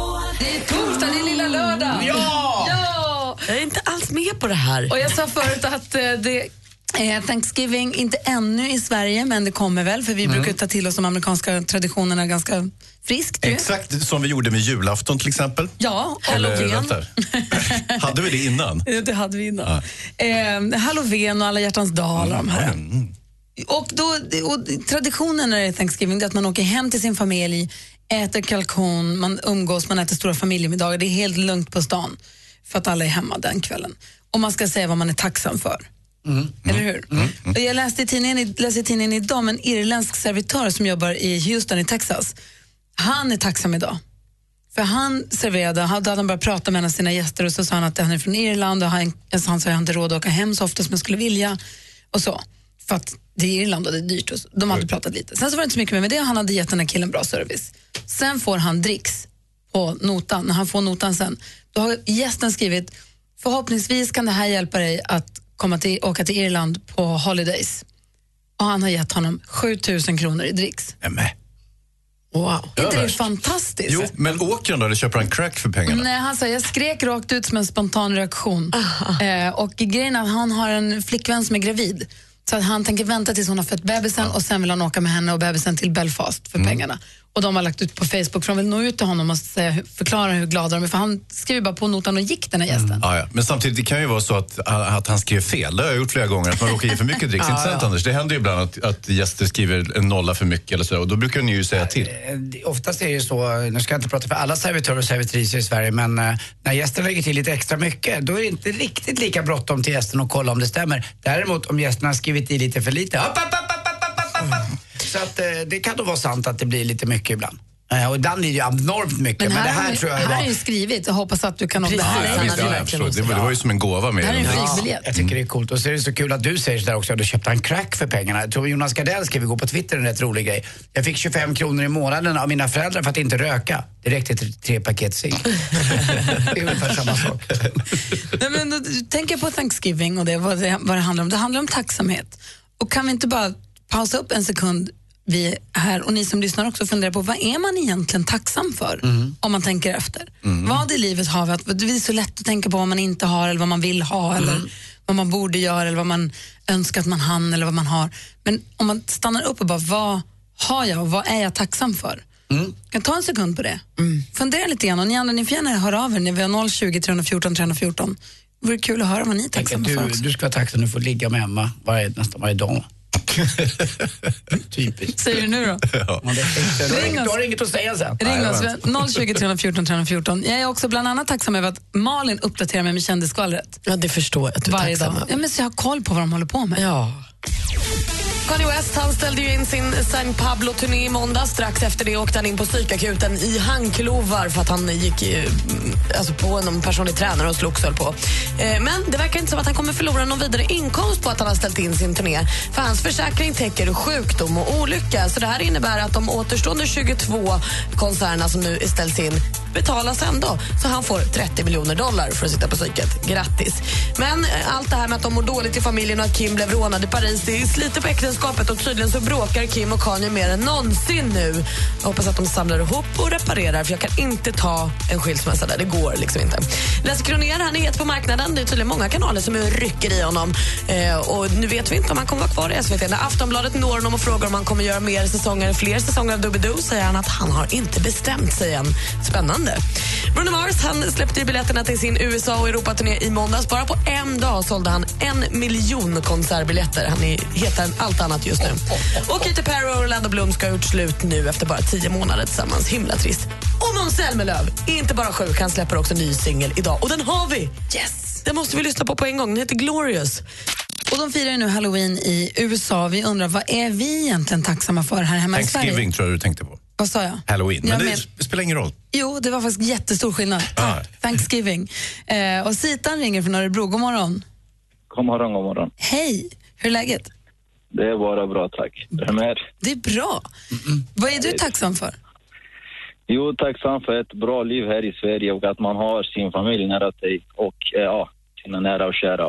Det är torsdag, det är lilla lördag. Ja! Jag är inte alls med på det här. Och jag sa förut att det är Thanksgiving, inte ännu i Sverige, men det kommer väl, för vi brukar ta till oss de amerikanska traditionerna ganska friskt. Exakt, som vi gjorde med julafton till exempel. Ja, Halloween. Hade vi det innan? Det hade vi innan. Halloween och alla hjärtans dag och de här. Och traditionen när det är Thanksgiving är att man åker hem till sin familj, äter kalkon, man umgås, man äter stora familjemiddagar. Det är helt lugnt på stan för att alla är hemma den kvällen. Och man ska säga vad man är tacksam för. Eller hur? Och jag läste i tidningen idag om en irländsk servitör som jobbar i Houston i Texas. Han är tacksam idag. För han serverade, hade han börjat prata med en av sina gäster och så sa han att han är från Irland och han sa att han inte råd att åka hem så ofta som jag skulle vilja och så. För att det är Irland och det är dyrt och så. De hade pratat lite. Sen så var det inte så mycket med det och han hade gett den här killen bra service. Sen får han dricks på notan. När han får notan sen, då har gästen skrivit: förhoppningsvis kan det här hjälpa dig att åka till Irland på holidays. Och han har gett honom 7,000 kronor i dricks. Wow. Inte det är fantastiskt? Jo, men åker han då eller köper han crack för pengarna? Nej, han sa, jag skrek rakt ut som en spontan reaktion. Och grejen är att han har en flickvän som är gravid. Så att han tänker vänta tills hon har fött bebisen och sen vill han åka med henne och bebisen till Belfast för pengarna. Och de har lagt ut på Facebook för de vill nå ut till honom och förklara hur glada de är. För han skriver bara på notan och gick den här gästen. Ja. Men samtidigt, det kan ju vara så att han skrev fel. Det har jag gjort flera gånger, att man råkar ge för mycket dricks. Inte sant, Anders? Det händer ju ibland att gäster skriver en nolla för mycket eller så. Och då brukar ni ju säga till. Oftast är det så, nu ska jag inte prata för alla servitörer och servitriser i Sverige, men när gästen lägger till lite extra mycket, då är det inte riktigt lika bråttom till gästen att kolla om det stämmer. Däremot om gästerna har skrivit i lite för lite, så att det kan då vara sant att det blir lite mycket ibland. Och ibland blir det ju abnormt mycket. Men det här tror jag här är ju skrivit. Jag hoppas att du kan åka det var ju som en gåva med. Det här är en flygbiljett. Jag tycker det är coolt. Och så är det så kul att du säger sådär också att du köpte en crack för pengarna. Jag tror Jonas Gardell skrev gå på Twitter en rätt rolig grej. Jag fick 25 kronor i månaden av mina föräldrar för att inte röka. Det räckte till 3 paket cigg. Det är ungefär samma sak. Nej, men då tänker jag på Thanksgiving och vad det handlar om. Det handlar om tacksamhet. Och kan vi inte bara pausa upp en sekund vi här och ni som lyssnar också funderar på vad är man egentligen tacksam för om man tänker efter. Vad i livet har vi att det är så lätt att tänka på vad man inte har eller vad man vill ha eller vad man borde göra eller vad man önskar att man hann eller vad man har. Men om man stannar upp och bara vad har jag och vad är jag tacksam för? Kan ta en sekund på det. Fundera lite grann och ni andra, ni får gärna höra av er när vi har 020 314 314. Det vore kul att höra vad ni är tacksamma för också. Du ska vara tacksam, du får ligga med Emma nästan varje dag. Typiskt. Säger du nu då? Ja. Du har inget att säga sen. Ring oss, 020 314 314. Jag är också bland annat tacksam över att Malin uppdaterar mig med kändisskvallret. Ja, det förstår jag att du är varje tacksam dag. Ja, men så jag har koll på vad de håller på med. Ja. Kanye West, han ställde ju in sin San Pablo-turné i måndag. Strax efter det åkte han in på psykakuten i handklovar för att han gick på en personlig tränare och slogs på. Men det verkar inte som att han kommer förlora någon vidare inkomst på att han har ställt in sin turné. För hans försäkring täcker sjukdom och olycka. Så det här innebär att de återstående 22 konserterna som nu ställs in betalas ändå. Så han får $30 miljoner för att sitta på psyket. Grattis. Men allt det här med att de mår dåligt i familjen och att Kim blev rånad i Paris, det sliter på äktenskapet och tydligen så bråkar Kim och Kanye mer än någonsin nu. Jag hoppas att de samlar ihop och reparerar, för jag kan inte ta en skilsmässa där. Det går liksom inte. Lasse Kronér, han är het på marknaden. Det är tydligen många kanaler som rycker i honom. Och nu vet vi inte om han kommer vara kvar i SVT. När Aftonbladet når honom och frågar om han kommer göra fler säsonger av Doobidoo, säger han att han har inte bestämt sig än. Spännande. Bruno Mars, han släppte ju biljetterna till sin USA- och Europaturné i måndags. Bara på en dag sålde han 1 miljon konsertbiljetter. Han är hetare än allt annat just nu. Och Katy Perry och Orlando Bloom ska ha gjort slut nu efter bara 10 månader tillsammans. Himla trist. Och Måns Zelmerlöw är inte bara sjuk, han släpper också en ny singel idag. Och den har vi! Yes! Den måste vi lyssna på en gång. Den heter Glorious. Och de firar nu Halloween i USA. Vi undrar, vad är vi egentligen tacksamma för här hemma i Sverige? Thanksgiving tror jag du tänkte på. Vad sa jag? Halloween, men det spelar ingen roll. Jo, det var faktiskt jättestor skillnad. Thanksgiving. Och Sitan ringer från Örebro. God morgon. God morgon. Hej, hur är läget? Det är bara bra, tack. Det är bra. Vad är du tacksam för? Jo, tacksam för ett bra liv här i Sverige och att man har sin familj nära sig och sina nära och kära.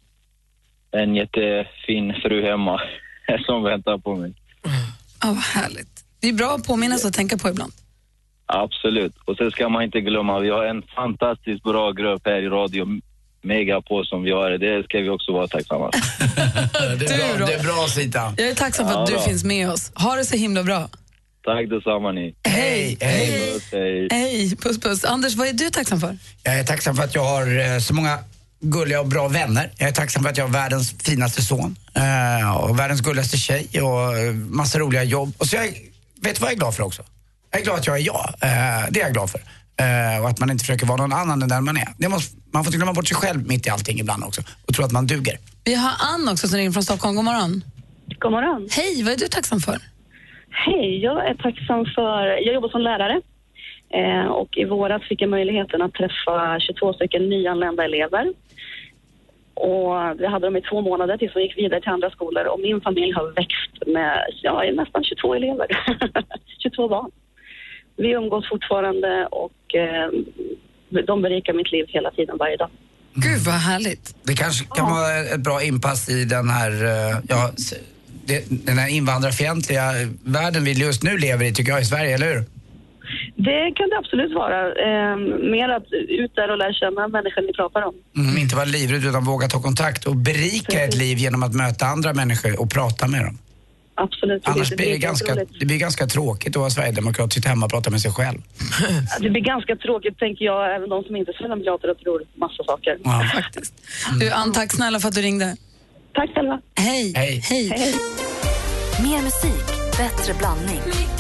En jättefin fru hemma som väntar på mig. Vad härligt. Det är bra att påminna sig och tänka på ibland. Absolut. Och så ska man inte glömma, vi har en fantastiskt bra grupp här i Radio Megapol som vi har. Det ska vi också vara tacksamma. Det är bra, Sita. Jag är tacksam för att du finns med oss. Ha det så himla bra. Tack detsamma ni. Hej. Hej. Puss. Anders, vad är du tacksam för? Jag är tacksam för att jag har så många gulliga och bra vänner. Jag är tacksam för att jag har världens finaste son och världens gulligaste tjej och massa roliga jobb. Och så vet du vad jag är glad för också? Jag är glad att jag är jag. Det är jag glad för. Och att man inte försöker vara någon annan än den man är. Man får inte glömma bort sig själv mitt i allting ibland också. Och tro att man duger. Vi har Ann också som ringer från Stockholm. God morgon. God morgon. Hej, vad är du tacksam för? Hej, jag är tacksam för... Jag jobbar som lärare. Och i våras fick jag möjligheten att träffa 22 stycken nyanlända elever. Och vi hade dem i 2 månader tills de gick vidare till andra skolor. Och min familj har växt med nästan 22 elever. 22 barn. Vi umgås fortfarande och de berikar mitt liv hela tiden, varje dag. Gud, vad härligt. Det kanske kan vara ett bra inpass i den här, den här invandrarfientliga världen vi just nu lever i, tycker jag, i Sverige, eller hur? Det kan det absolut vara. Mer att ut där och lära känna människor ni pratar om. Inte vara livrädd utan våga ta kontakt och berika ett liv genom att möta andra människor och prata med dem. Absolut. Annars det blir ganska tråkigt att vara sverigedemokrat, sitta hemma och prata med sig själv. Det blir ganska tråkigt, tänker jag, även de som inte är sverigedemokrater och tror massa saker. Ja, faktiskt. Du, Ann, tack snälla för att du ringde. Tack själva. Hej. Mer musik, bättre blandning.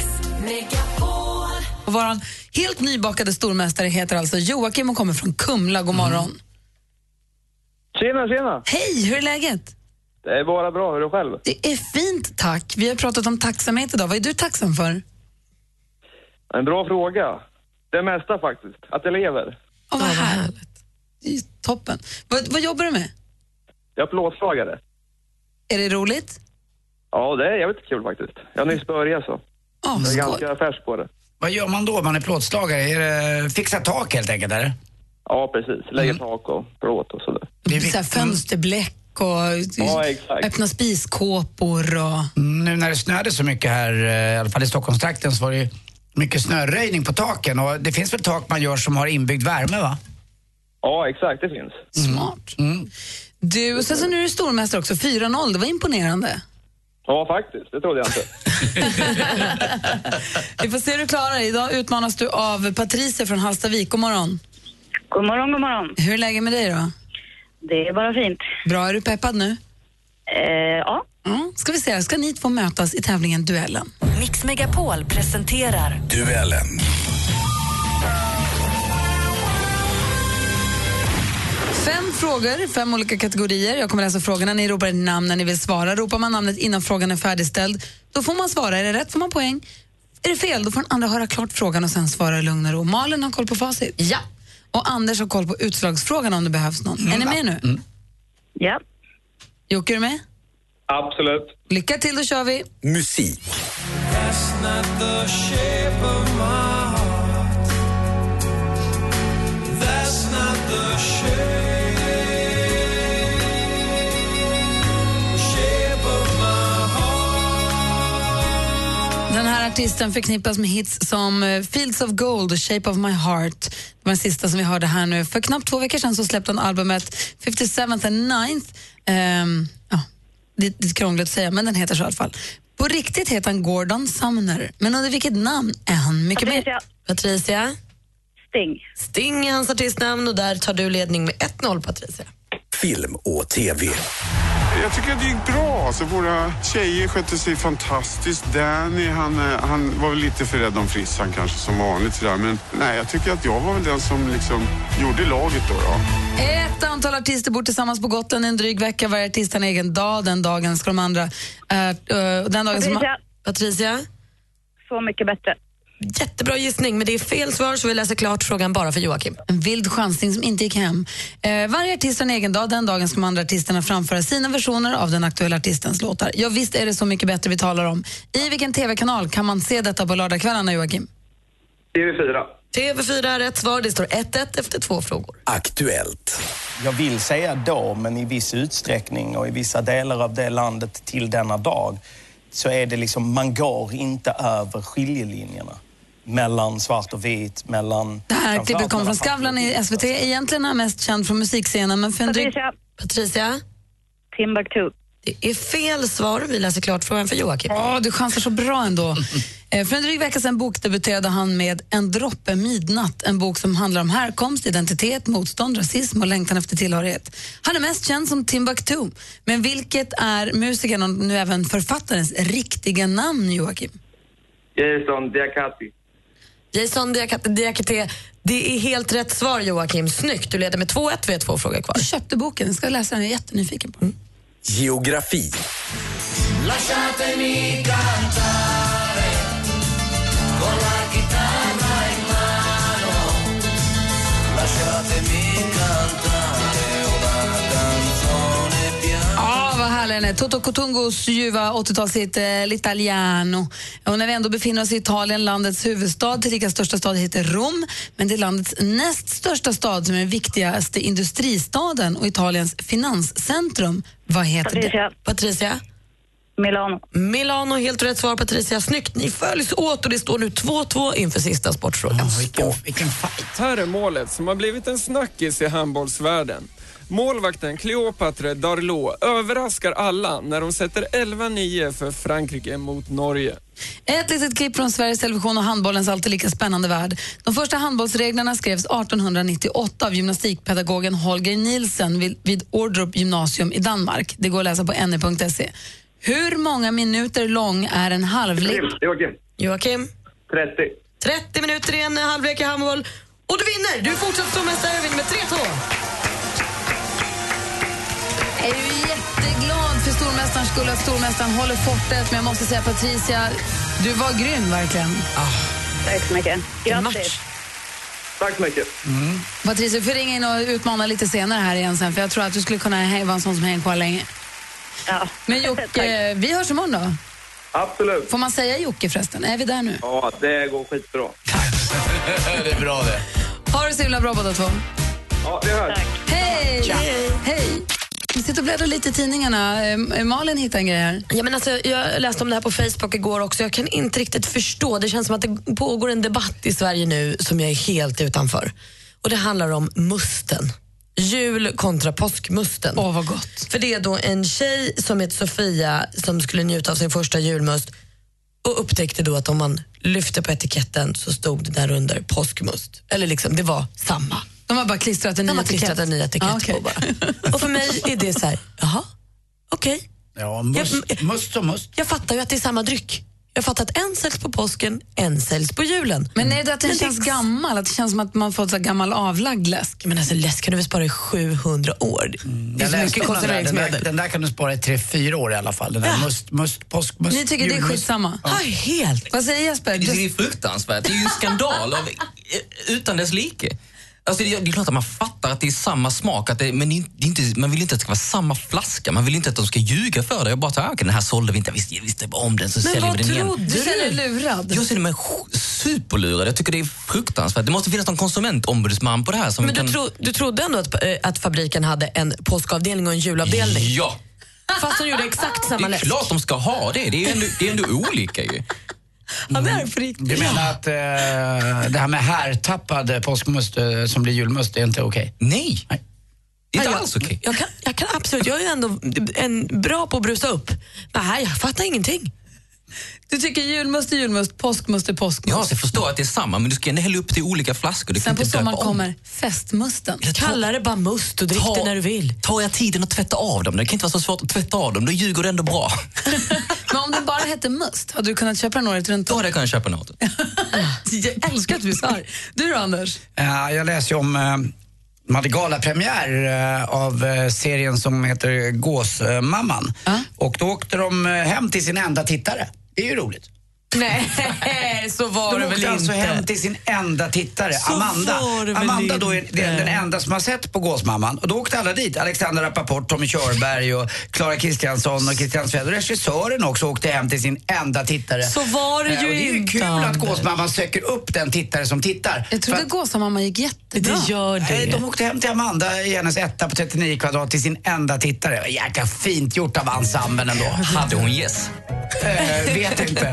Och våran helt nybakade stormästare heter alltså Joakim och kommer från Kumla. God morgon. Tjena. Hej, hur är läget? Det är bara bra, hur är du själv? Det är fint, tack. Vi har pratat om tacksamhet idag. Vad är du tacksam för? En bra fråga. Det mesta faktiskt. Att jag lever. Vad härligt. Det är toppen. Vad jobbar du med? Jag är plåtslagare. Är det roligt? Ja, det är jävligt kul faktiskt. Jag har nyss börjat så. Jag är ganska färsk på det. Vad gör man då? Man är plåtslagare? Är det fixa tak helt enkelt, eller? Ja, precis. Lägger tak och plåt och sådär. Det är så här fönsterbläck och öppna spiskåpor och... Nu när det snöade så mycket här, i alla fall i Stockholmstrakten, så var det mycket snöröjning på taken. Och det finns väl tak man gör som har inbyggd värme, va? Ja, exakt, det finns. Smart. Du, och sen så nu är du stormästare också, 4-0, det var imponerande. Ja, faktiskt. Det trodde jag inte. Vi får se hur du klarar dig. Idag utmanas du av Patricia från Hallstavik. God morgon. God morgon. Hur är läget med dig då? Det är bara fint. Bra, är du peppad nu? Ja. Ska vi se, ska ni två mötas i tävlingen Duellen? Mix Megapol presenterar Duellen. Fem frågor, 5 olika kategorier. Jag kommer läsa frågorna, ni ropar ett namn när ni vill svara. Ropar man namnet innan frågan är färdigställd, då får man svara. Är det rätt får man poäng. Är det fel, då får den andra höra klart frågan och sen svara i lugn och ro. Malin har koll på facit. Ja. Och Anders har koll på utslagsfrågan om det behövs någon. Är ni med nu? Ja. Jocke, är du med? Absolut. Lycka till, då kör vi. Musik. Den här artisten förknippas med hits som Fields of Gold och Shape of My Heart. Det var den sista som vi hörde här nu. För knappt 2 veckor sedan så släppte han albumet 57th and 9th. Det är krångligt att säga, men den heter så i alla fall. På riktigt heter han Gordon Sumner. Men under vilket namn är han? Mycket mer? Patricia? Sting är hans artistnamn och där tar du ledning med 1-0, Patricia. Film och TV. Jag tycker att det gick bra. Alltså, våra tjejer skötte sig fantastiskt. Danny, han var väl lite för rädd om frissan kanske som vanligt. Sådär. Men nej, jag tycker att jag var väl den som liksom gjorde laget då. Ett antal artister bor tillsammans på Gotland en dryg vecka. Varje artist har en egen dag. Den dagen ska de andra... den dagen Patricia? Så mycket bättre. Jättebra gissning, men det är fel svar så vi läser klart frågan bara för Joakim. En vild chansning som inte gick hem. Varje artist har en egen dag. Den dagen ska de andra artisterna framföra sina versioner av den aktuella artistens låtar. Ja, visst är det Så mycket bättre vi talar om. I vilken tv-kanal kan man se detta på lördagskvällarna, Joakim? TV4. TV4 är rätt svar. Det står 1-1 efter 2 frågor. Aktuellt. Jag vill säga då, men i viss utsträckning och i vissa delar av det landet till denna dag så är det liksom, man går inte över skiljelinjerna. mellan svart och vit, mellan... Det här klippet kom från Skavlan i SVT. Egentligen är han mest känd från musikscenen, men för Patricia? Timbuktu. Det är fel svar. Vi läser klart frågan för Joakim. Du chansar så bra ändå. För en dryg vecka sedan bokdebuterade han med En droppe midnatt, en bok som handlar om härkomst, identitet, motstånd, rasism och längtan efter tillhörighet. Han är mest känd som Timbuktu. Men vilket är musikern och nu även författarens riktiga namn, Joakim? Jason Diakité. Jason Diakité. Det är helt rätt svar, Joakim. Snyggt. Du leder med 2-1. Vi har 2 frågor kvar. Jag köpte boken. Jag ska läsa den. Jag är jättenyfiken på den. Geografi. Lasciatemi cantare con la chitarra in mano. Lasciatemi cantare una canzone piano. Vad härlig den är. Toto Cotungos ljuva 80-talshit L'Italiano. Och när vi ändå befinner oss i Italien, landets huvudstad, till lika största stad heter Rom, men det är landets näst största stad som är den viktigaste industristaden och Italiens finanscentrum. Vad heter det? Patricia? Milano, helt rätt svar, Patricia. Snyggt, ni följs åt och det står nu 2-2 inför sista sportfrågan. Vilken fight. Här är målet som har blivit en snackis i handbollsvärlden. Målvakten Cleopatra Darlot överraskar alla när de sätter 11-9 för Frankrike mot Norge. Ett litet klipp från Sveriges Television och handbollens alltid lika spännande värld. De första handbollsreglerna skrevs 1898 av gymnastikpedagogen Holger Nielsen vid Ordrup gymnasium i Danmark. Det går att läsa på ne.se. Hur många minuter lång är en halvlek? Joakim? 30 minuter i en halvlek i handboll. Och du vinner! Du fortsätter stormästare och vinner med 3-2. Jag är ju jätteglad för stormästarens skull att stormästaren håller fortet. Men jag måste säga, Patricia, du var grym verkligen. Tack så mycket. Grattis. Tack så mycket. Patricia, du får ringa in och utmana lite senare här igen sen. För jag tror att du skulle kunna vara en sån som hänger kvar länge. Ja. Men Jocke, vi hörs imorgon då. Absolut. Får man säga Jocke förresten? Är vi där nu? Ja, det går skitbra. Det är bra det. Ha det så himla bra båda två. Ja, det hörs. Hej! Hej! Vi sitter och bläddrar lite i tidningarna. Malin hittar en grej här. Ja, men alltså, jag läste om det här på Facebook igår också. Jag kan inte riktigt förstå. Det känns som att det pågår en debatt i Sverige nu som jag är helt utanför. Och det handlar om musten. Jul kontra påskmusten. Vad gott. För det är då en tjej som heter Sofia som skulle njuta av sin första julmust och upptäckte då att om man lyfte på etiketten så stod det där under påskmust. Eller liksom, det var samma. De har bara klistrat en ny etikett på bara. Och för mig är det så här, jaha, okej. Ja, must och must. Jag fattar ju att det är samma dryck. Jag fattar att en säljs på påsken, en säljs på julen. Men är det att den känns gammal? Att det känns som att man fått så gammal avlagd läsk? Men alltså läsk kan du väl spara i 700 år? Det är så mycket konserveringsmedel. Den där kan du spara i 3-4 år i alla fall. Den där påskmust. Ni tycker det är skitsamma? Ja, helt. Vad säger Jesper? Det är fruktansvärt. Det är ju skandal utan dess like. Alltså det är klart att man fattar att det är samma smak, men det är inte, man vill inte att det ska vara samma flaska. Man vill inte att de ska ljuga för det. Jag bara tar den här sålde vi inte. Visste bara om den så säljer vi den igen. Men vad trodde du? Du är lurad. Jag ser det med superlurad. Jag tycker det är fruktansvärt. Det måste finnas någon konsumentombudsman på det här. Som men du trodde ändå att fabriken hade en påskavdelning och en julavdelning? Ja. Fast de gjorde exakt samma läsk. Det är klart de ska ha det. Det är ändå olika ju. Du menar att det här med härtappad påskmust som blir julmust är inte okej? Nej. Det är inte alls okej. Jag kan absolut, jag är ändå bra på att brusa upp. Nej, jag fattar ingenting. Du tycker julmust är julmust, påskmust är påskmust. Ja, jag förstår att det är samma, men du ska ändå hälla upp till olika flaskor. Sen på sommaren kommer festmusten. Kalla det bara must och drick det när du vill. Ta jag tiden att tvätta av dem. Det kan inte vara så svårt att tvätta av dem. Då ljuger du ändå bra. Men om den bara hette must, hade du kunnat köpa den året runt? Då hade jag kunnat köpa den året. Jag älskar att du sa det. Du då, Anders? Jag läser ju om... De hade galapremiär av serien som heter Gåsmamman. Och då åkte de hem till sin enda tittare. Det är ju roligt. Nej, så var det väl inte. De åkte alltså hem till sin enda tittare, så Amanda. Amanda då är den enda som har sett på Gåsmamman. Och då åkte alla dit. Alexander Rappaport, Tommy Körberg och Clara Kristiansson och Christian Sved. Och regissören också åkte hem till sin enda tittare. Så var det ju inte. Det är ju kul att Gåsmamman söker upp den tittare som tittar. Jag trodde att Gåsmamman gick jättebra. Det gör det. De åkte hem till Amanda i hennes etta på 39 kvadrat till sin enda tittare. Jäkla fint gjort av ensemblen ändå. Hade hon yes? Vet inte.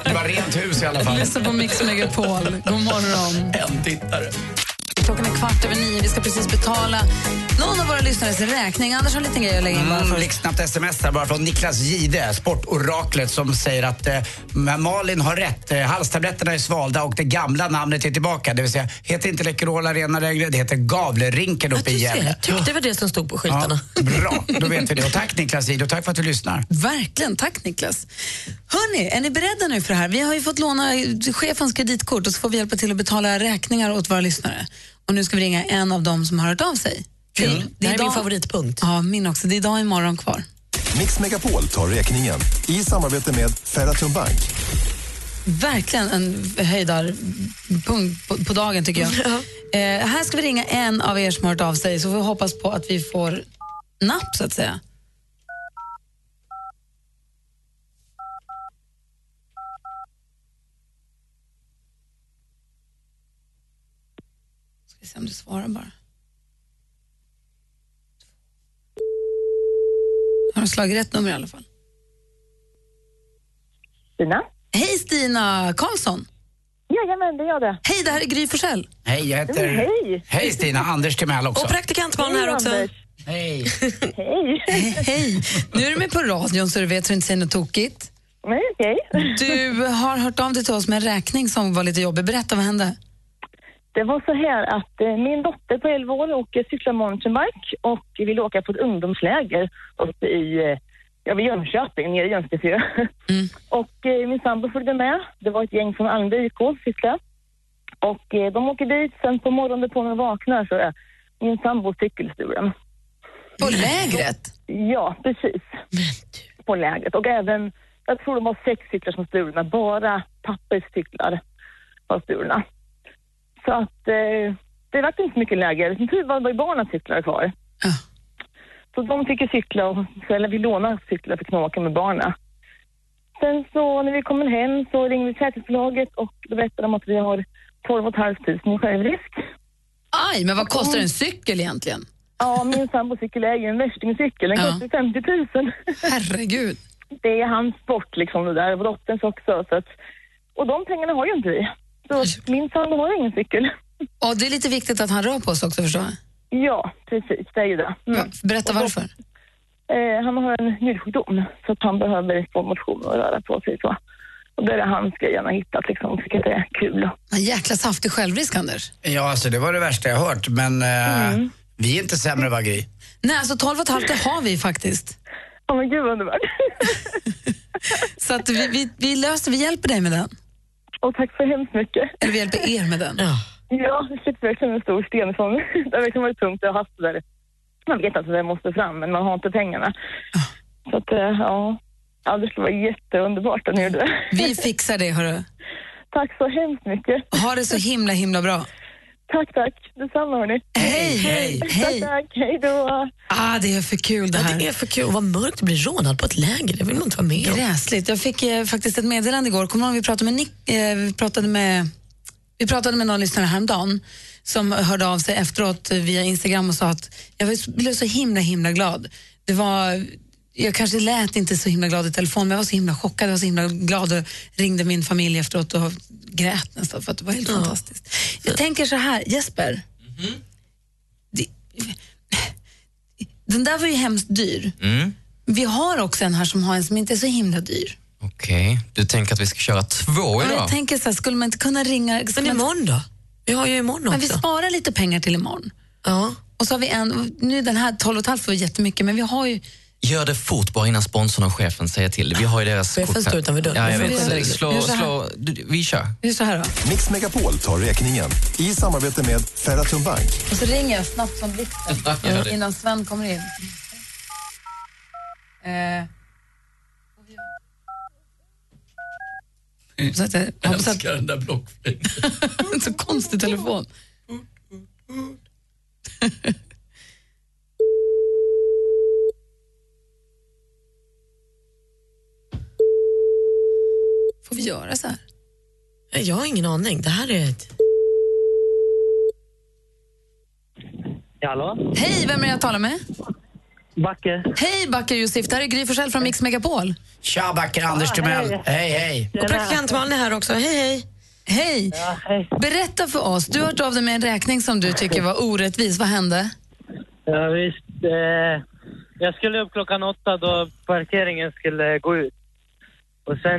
Det var rent hus i alla fall. Lyssna på Mix Megapol. God morgon. En tittare. Klockan är 9:15. Vi ska precis betala någon av våra lyssnares räkning. Anders har en liten grej att lägga in bara för. Blixtsnabbt sms här bara från Niklas Gide, sportoraklet, som säger att Malin har rätt. Halstabletterna är svalda och det gamla namnet är tillbaka. Det vill säga, heter inte Läkerol Arena längre, det heter Gavlerinken uppe i Gävle. Jag tyckte det var det som stod på skyltarna. Ja, bra, då vet vi det. Och tack Niklas Gide och tack för att du lyssnar. Verkligen, tack Niklas. Hörrni, är ni beredda nu för det här? Vi har ju fått låna chefens kreditkort och så får vi hjälpa till att betala räkningar åt våra lyssnare. Och nu ska vi ringa en av dem som har hört av sig. Det är min favoritpunkt. Ja, min också. Det är idag imorgon kvar. Mix Megapol tar räkningen i samarbete med Ferratum Bank. Verkligen en höjdarpunkt på dagen tycker jag. Här ska vi ringa en av er som har hört av sig, så vi hoppas på att vi får napp så att säga. Ska vi se om du svarar bara. Har du slagit rätt nummer i alla fall? Stina? Hej Stina Karlsson. Jajamän, det gör det. Hej, det här är Gry Forssell. Hej, jag heter... Hej. Hej Stina, Anders Timell också. Och praktikantbarn här också. Hej. Hej. Hej. Nu är du med på radion så du vet så du inte säger något tokigt. Nej, okej. Du har hört av dig till oss med en räkning som var lite jobbig. Berätta, vad hände? Det var så här att min dotter på 11 år åker cykla mountainbike och vill åka på ett ungdomsläger uppe i vid Jönköping, nere i Jönköping. Och min sambo följde med. Det var ett gäng från Almby IK cykla. Och de åker dit, sen på morgonen på när de vaknar så är min sambo cykelsturen. På lägret? Ja, precis. På lägret. Och även, jag tror det var 6 cyklar som stulna, bara papperscyklar var stulna. Så att det var inte mycket läger. Som tur var det barnen cyklar kvar. Så de fick ju cykla, eller vi lånade cyklar för att knåka med barnen. Sen så när vi kommer hem så ringer vi säkerhetsbolaget och då berättar de att vi har 12 500 i självrisk. Aj, men vad kostar en cykel egentligen? Ja, min sambocykel är ju en värstingcykel. Den kostar 50 000. Herregud. Det är hans sport liksom det där, och dotterns också. Så att, och de pengarna har ju inte vi. Så min sambo har ingen cykel. Och det är lite viktigt att han rör på sig också, förstår jag? Ja, precis. Det är ju det. Ja, berätta varför. Han har en njursjukdom så att han behöver få motion och röra på sig så. Och det är det hans grej han har hittat liksom. Tycker att det är kul. En jäkla saftig självrisk, Anders. Ja, alltså det var det värsta jag hört, men vi är inte sämre, vad Gry. Nej, alltså 12 500 har vi faktiskt. Åh men gud, underbart. Så att vi hjälper dig med den. Och tack så hemskt mycket. Eller vi hjälper er med den. Ja, det sitter verkligen en stor sten som det har verkligen varit tungt att ha haft det där. Man vet att det måste fram, men man har inte pengarna. Så att, ja, det skulle vara jätteunderbart att ni gjorde det. Vi fixar det, hörru. Tack så hemskt mycket. Ha det så himla bra. Tack. Detsamma, hörni. Hej. Tack. Hej då. Det är för kul det här. Det är för kul. Vad mörkt att bli rånad på ett läger. Det vill man inte vara med om. Gräsligt. Jag fick faktiskt ett meddelande igår. Kommer du ihåg, vi pratade med någon lyssnare häromdagen som hörde av sig efteråt via Instagram och sa att jag blev så himla glad. Jag kanske lät inte så himla glad i telefon, men jag var så himla chockad, jag var så himla glad och ringde min familj efteråt och grät nästan för att det var helt fantastiskt. Jag tänker så här, Jesper. Den där var ju hemskt dyr. Vi har också en här som har en som inte är så himla dyr. Okej, du tänker att vi ska köra 2 idag? Ja, jag tänker så här, skulle man inte kunna ringa... Men imorgon då? Vi har ju imorgon också. Men vi sparar lite pengar till imorgon. Ja. Och så har vi nu den här 12 500 för jättemycket, men vi har ju... Gör det fort bara innan sponsorn och chefen säger till det. Vi har ju deras kort. Chefen står utanför dörren. Ja, jag vet. Vi kör. Vi är så här då. Mix Megapol tar räkningen i samarbete med Ferratum Bank. Och så ringer jag snabbt som blixten innan Sven kommer in. Så att jag älskar den där blockflöjten. Så konstig telefon. Får vi göra så här? Jag har ingen aning. Det här är ett... Hallå? Hej, vem är jag talar med? Backe. Hej Backe Josef, det här är Gry Forssell från Mix Megapol. Tja Backe, Anders Timell. Hej. Och praktikant Malin är här också. Hej. Ja, hej. Berätta för oss, du har hört av dig med en räkning som du tycker var orättvis. Vad hände? Ja visst, jag skulle upp 8:00 då parkeringen skulle gå ut. Och sen,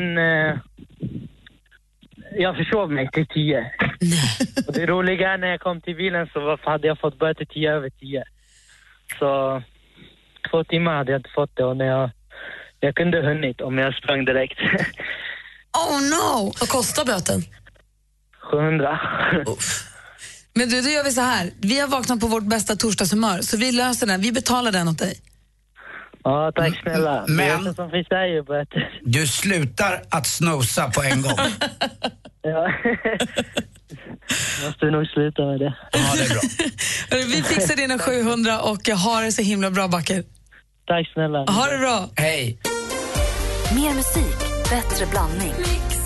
jag försov mig till 10. Och det roliga är när jag kom till bilen så hade jag fått börja till 10:10. Så 2 timmar hade jag inte fått det och när jag kunde hunnit om jag sprang direkt. Oh no! Vad kostar böten? 700. Men du, då gör vi så här. Vi har vaknat på vårt bästa torsdagshumör, så vi löser den. Vi betalar den åt dig. Ja, tack snälla. Men det som finns där ju böter. du slutar att snosa på en gång. Ja. Måste nog sluta med det. Ja, det är bra. Vi fixar dina 700 och ha det så himla bra, Backer. Tack snälla. Ha det bra. Hej. Mer musik, bättre blandning.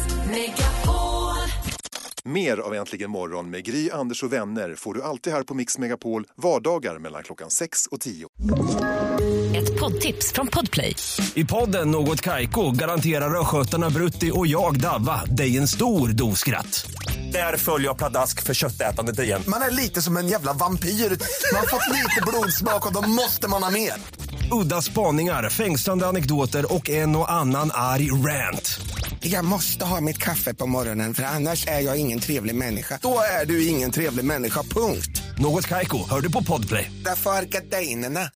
Mer av Äntligen morgon med Gry, Anders och vänner får du alltid här på Mix Megapol vardagar mellan 6 och 10. Ett poddtips från Podplay. I podden Något Kaiko garanterar skötarna Brutti och jag Davva dig en stor doskratt. Där följer jag pladask för köttätandet igen. Man är lite som en jävla vampyr. Man har fått lite blodsmak och då måste man ha mer. Udda spaningar, fängslande anekdoter och en och annan arg rant. Jag måste ha mitt kaffe på morgonen för annars är jag ingen trevlig människa. Då är du ingen trevlig människa, punkt. Något Kaiko, hör du på Podplay. Därför är gardinerna.